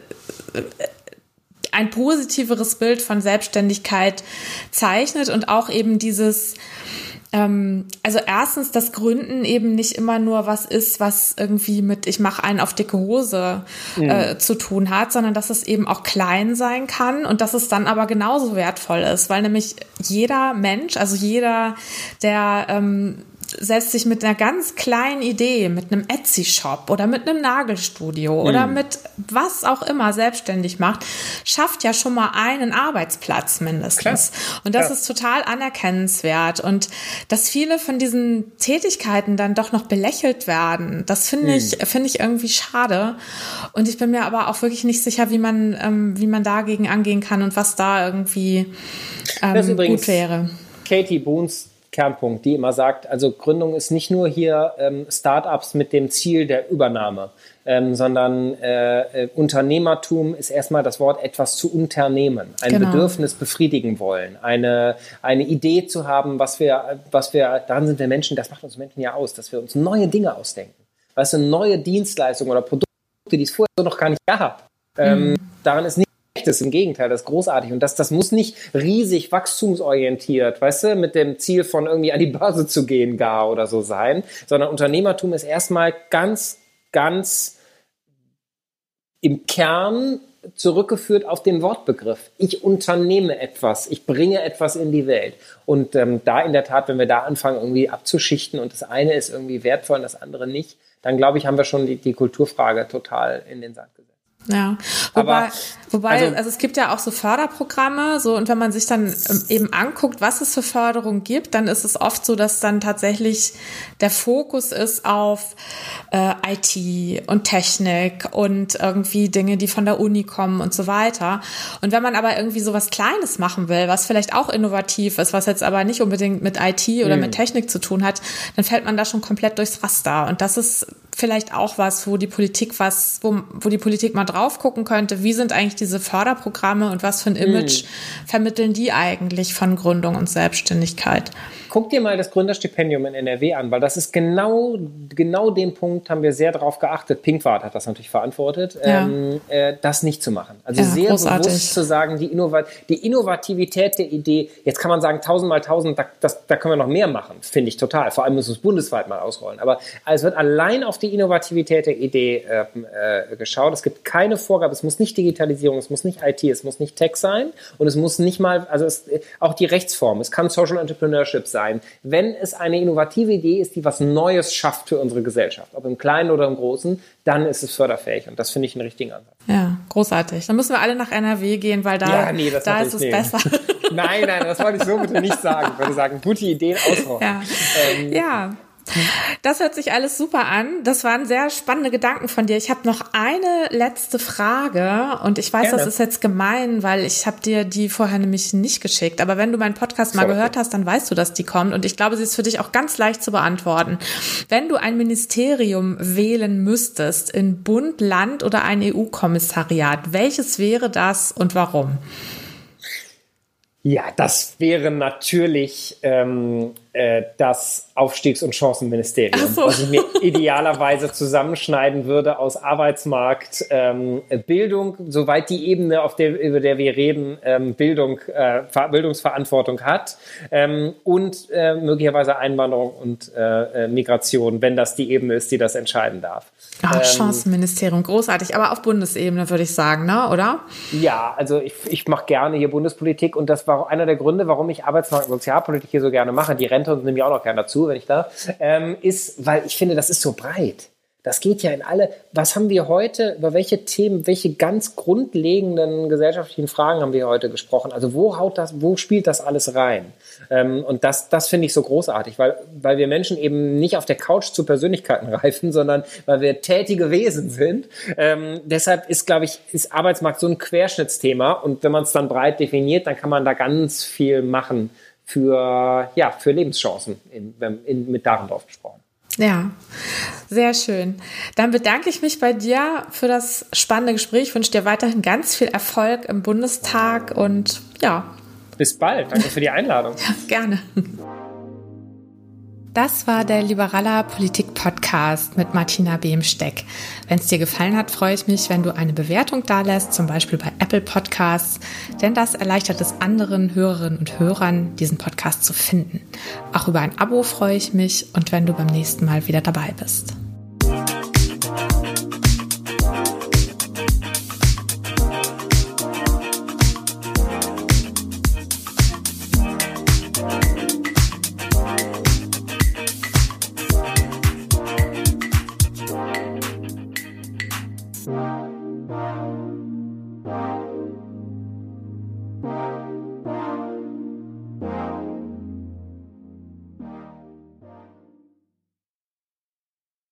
ein positiveres Bild von Selbstständigkeit zeichnet und auch eben dieses, ähm, also erstens, dass Gründen eben nicht immer nur was ist, was irgendwie mit ich mache einen auf dicke Hose äh, mhm. zu tun hat, sondern dass es eben auch klein sein kann und dass es dann aber genauso wertvoll ist, weil nämlich jeder Mensch, also jeder, der ähm, setzt sich mit einer ganz kleinen Idee, mit einem Etsy-Shop oder mit einem Nagelstudio mhm. oder mit was auch immer selbstständig macht, schafft ja schon mal einen Arbeitsplatz mindestens. Klar. Und das Klar. ist total anerkennenswert. Und dass viele von diesen Tätigkeiten dann doch noch belächelt werden, das finde mhm. ich, finde ich irgendwie schade. Und ich bin mir aber auch wirklich nicht sicher, wie man, ähm, wie man dagegen angehen kann und was da irgendwie ähm, gut wäre. Katie Boones Kernpunkt, die immer sagt, also Gründung ist nicht nur hier ähm, Startups mit dem Ziel der Übernahme, ähm, sondern äh, äh, Unternehmertum ist erstmal das Wort etwas zu unternehmen, ein genau. Bedürfnis befriedigen wollen, eine, eine Idee zu haben, was wir, was wir, daran sind wir Menschen, das macht uns Menschen ja aus, dass wir uns neue Dinge ausdenken. Weißt du, neue Dienstleistungen oder Produkte, die es vorher so noch gar nicht gab. Ähm, mhm. Daran ist nicht das, im Gegenteil, das ist großartig. Und das, das muss nicht riesig wachstumsorientiert, weißt du, mit dem Ziel von irgendwie an die Börse zu gehen gar oder so sein, sondern Unternehmertum ist erstmal ganz, ganz im Kern zurückgeführt auf den Wortbegriff. Ich unternehme etwas, ich bringe etwas in die Welt. Und ähm, da in der Tat, wenn wir da anfangen, irgendwie abzuschichten und das eine ist irgendwie wertvoll und das andere nicht, dann glaube ich, haben wir schon die, die Kulturfrage total in den Sand gesetzt. Ja, wobei, Aber, wobei also, also es gibt ja auch so Förderprogramme, so, und wenn man sich dann eben anguckt, was es für Förderung gibt, dann ist es oft so, dass dann tatsächlich der Fokus ist auf äh, I T und Technik und irgendwie Dinge, die von der Uni kommen und so weiter. Und wenn man aber irgendwie so was Kleines machen will, was vielleicht auch innovativ ist, was jetzt aber nicht unbedingt mit I T oder mh. mit Technik zu tun hat, dann fällt man da schon komplett durchs Raster. Und das ist vielleicht auch was, wo die Politik was, wo, wo die Politik mal drauf gucken könnte, wie sind eigentlich diese Förderprogramme und was für ein Image hm. vermitteln die eigentlich von Gründung und Selbstständigkeit? Guck dir mal das Gründerstipendium in N R W an, weil das ist genau, genau den Punkt, haben wir sehr drauf geachtet. Pinkwart hat das natürlich verantwortet, ja. ähm, äh, das nicht zu machen. Also ja, sehr großartig. Bewusst zu sagen, die, Innovat- die Innovativität der Idee, jetzt kann man sagen, tausend mal tausend, da, das, da können wir noch mehr machen, finde ich total. Vor allem müssen wir es bundesweit mal ausrollen. Aber es wird allein auf die Innovativität der Idee äh, äh, geschaut. Es gibt keine Vorgabe, es muss nicht Digitalisierung, es muss nicht I T, es muss nicht Tech sein und es muss nicht mal, also es, auch die Rechtsform, es kann Social Entrepreneurship sein. Wenn es eine innovative Idee ist, die was Neues schafft für unsere Gesellschaft, ob im Kleinen oder im Großen, dann ist es förderfähig und das finde ich einen richtigen Ansatz. Ja, großartig. Dann müssen wir alle nach N R W gehen, weil da, ja, nee, da ist es nehmen. besser. Nein, nein, das wollte ich so bitte nicht sagen. Ich würde sagen, gute Ideen ausrollen. Ja. Ähm, ja. Das hört sich alles super an. Das waren sehr spannende Gedanken von dir. Ich habe noch eine letzte Frage und ich weiß, Gerne. Das ist jetzt gemein, weil ich habe dir die vorher nämlich nicht geschickt. Aber wenn du meinen Podcast mal Sorry. gehört hast, dann weißt du, dass die kommt und ich glaube, sie ist für dich auch ganz leicht zu beantworten. Wenn du ein Ministerium wählen müsstest in Bund, Land oder ein E U-Kommissariat, welches wäre das und warum? Ja, das wäre natürlich ähm, äh, das Aufstiegs- und Chancenministerium, so. Was ich mir idealerweise zusammenschneiden würde aus Arbeitsmarkt, ähm, Bildung, soweit die Ebene, auf der, über der wir reden, ähm, Bildung, äh, Bildungsverantwortung hat ähm, und äh, möglicherweise Einwanderung und äh, Migration, wenn das die Ebene ist, die das entscheiden darf. Ah, ähm, Chancenministerium, großartig, aber auf Bundesebene würde ich sagen, ne, oder? Ja, also ich, ich mache gerne hier Bundespolitik und das war auch einer der Gründe, warum ich Arbeitsmarkt- und Sozialpolitik hier so gerne mache. Die Rente nehme ich auch noch gerne dazu, wenn ich darf, ähm, ist, weil ich finde, das ist so breit. Das geht ja in alle, was haben wir heute, über welche Themen, welche ganz grundlegenden gesellschaftlichen Fragen haben wir heute gesprochen? Also wo haut das, wo spielt das alles rein? Ähm, und das, das finde ich so großartig, weil, weil wir Menschen eben nicht auf der Couch zu Persönlichkeiten reifen, sondern weil wir tätige Wesen sind. Ähm, deshalb ist, glaube ich, ist Arbeitsmarkt so ein Querschnittsthema und wenn man es dann breit definiert, dann kann man da ganz viel machen für, ja, für Lebenschancen, in, in, mit Dahrendorf gesprochen. Ja, sehr schön. Dann bedanke ich mich bei dir für das spannende Gespräch. Ich wünsche dir weiterhin ganz viel Erfolg im Bundestag und ja. Bis bald. Danke für die Einladung. Ja, gerne. Das war der Liberaler Politik-Podcast mit Martina Behmsteck. Wenn es dir gefallen hat, freue ich mich, wenn du eine Bewertung dalässt, zum Beispiel bei Apple Podcasts, denn das erleichtert es anderen Hörerinnen und Hörern, diesen Podcast zu finden. Auch über ein Abo freue ich mich und wenn du beim nächsten Mal wieder dabei bist.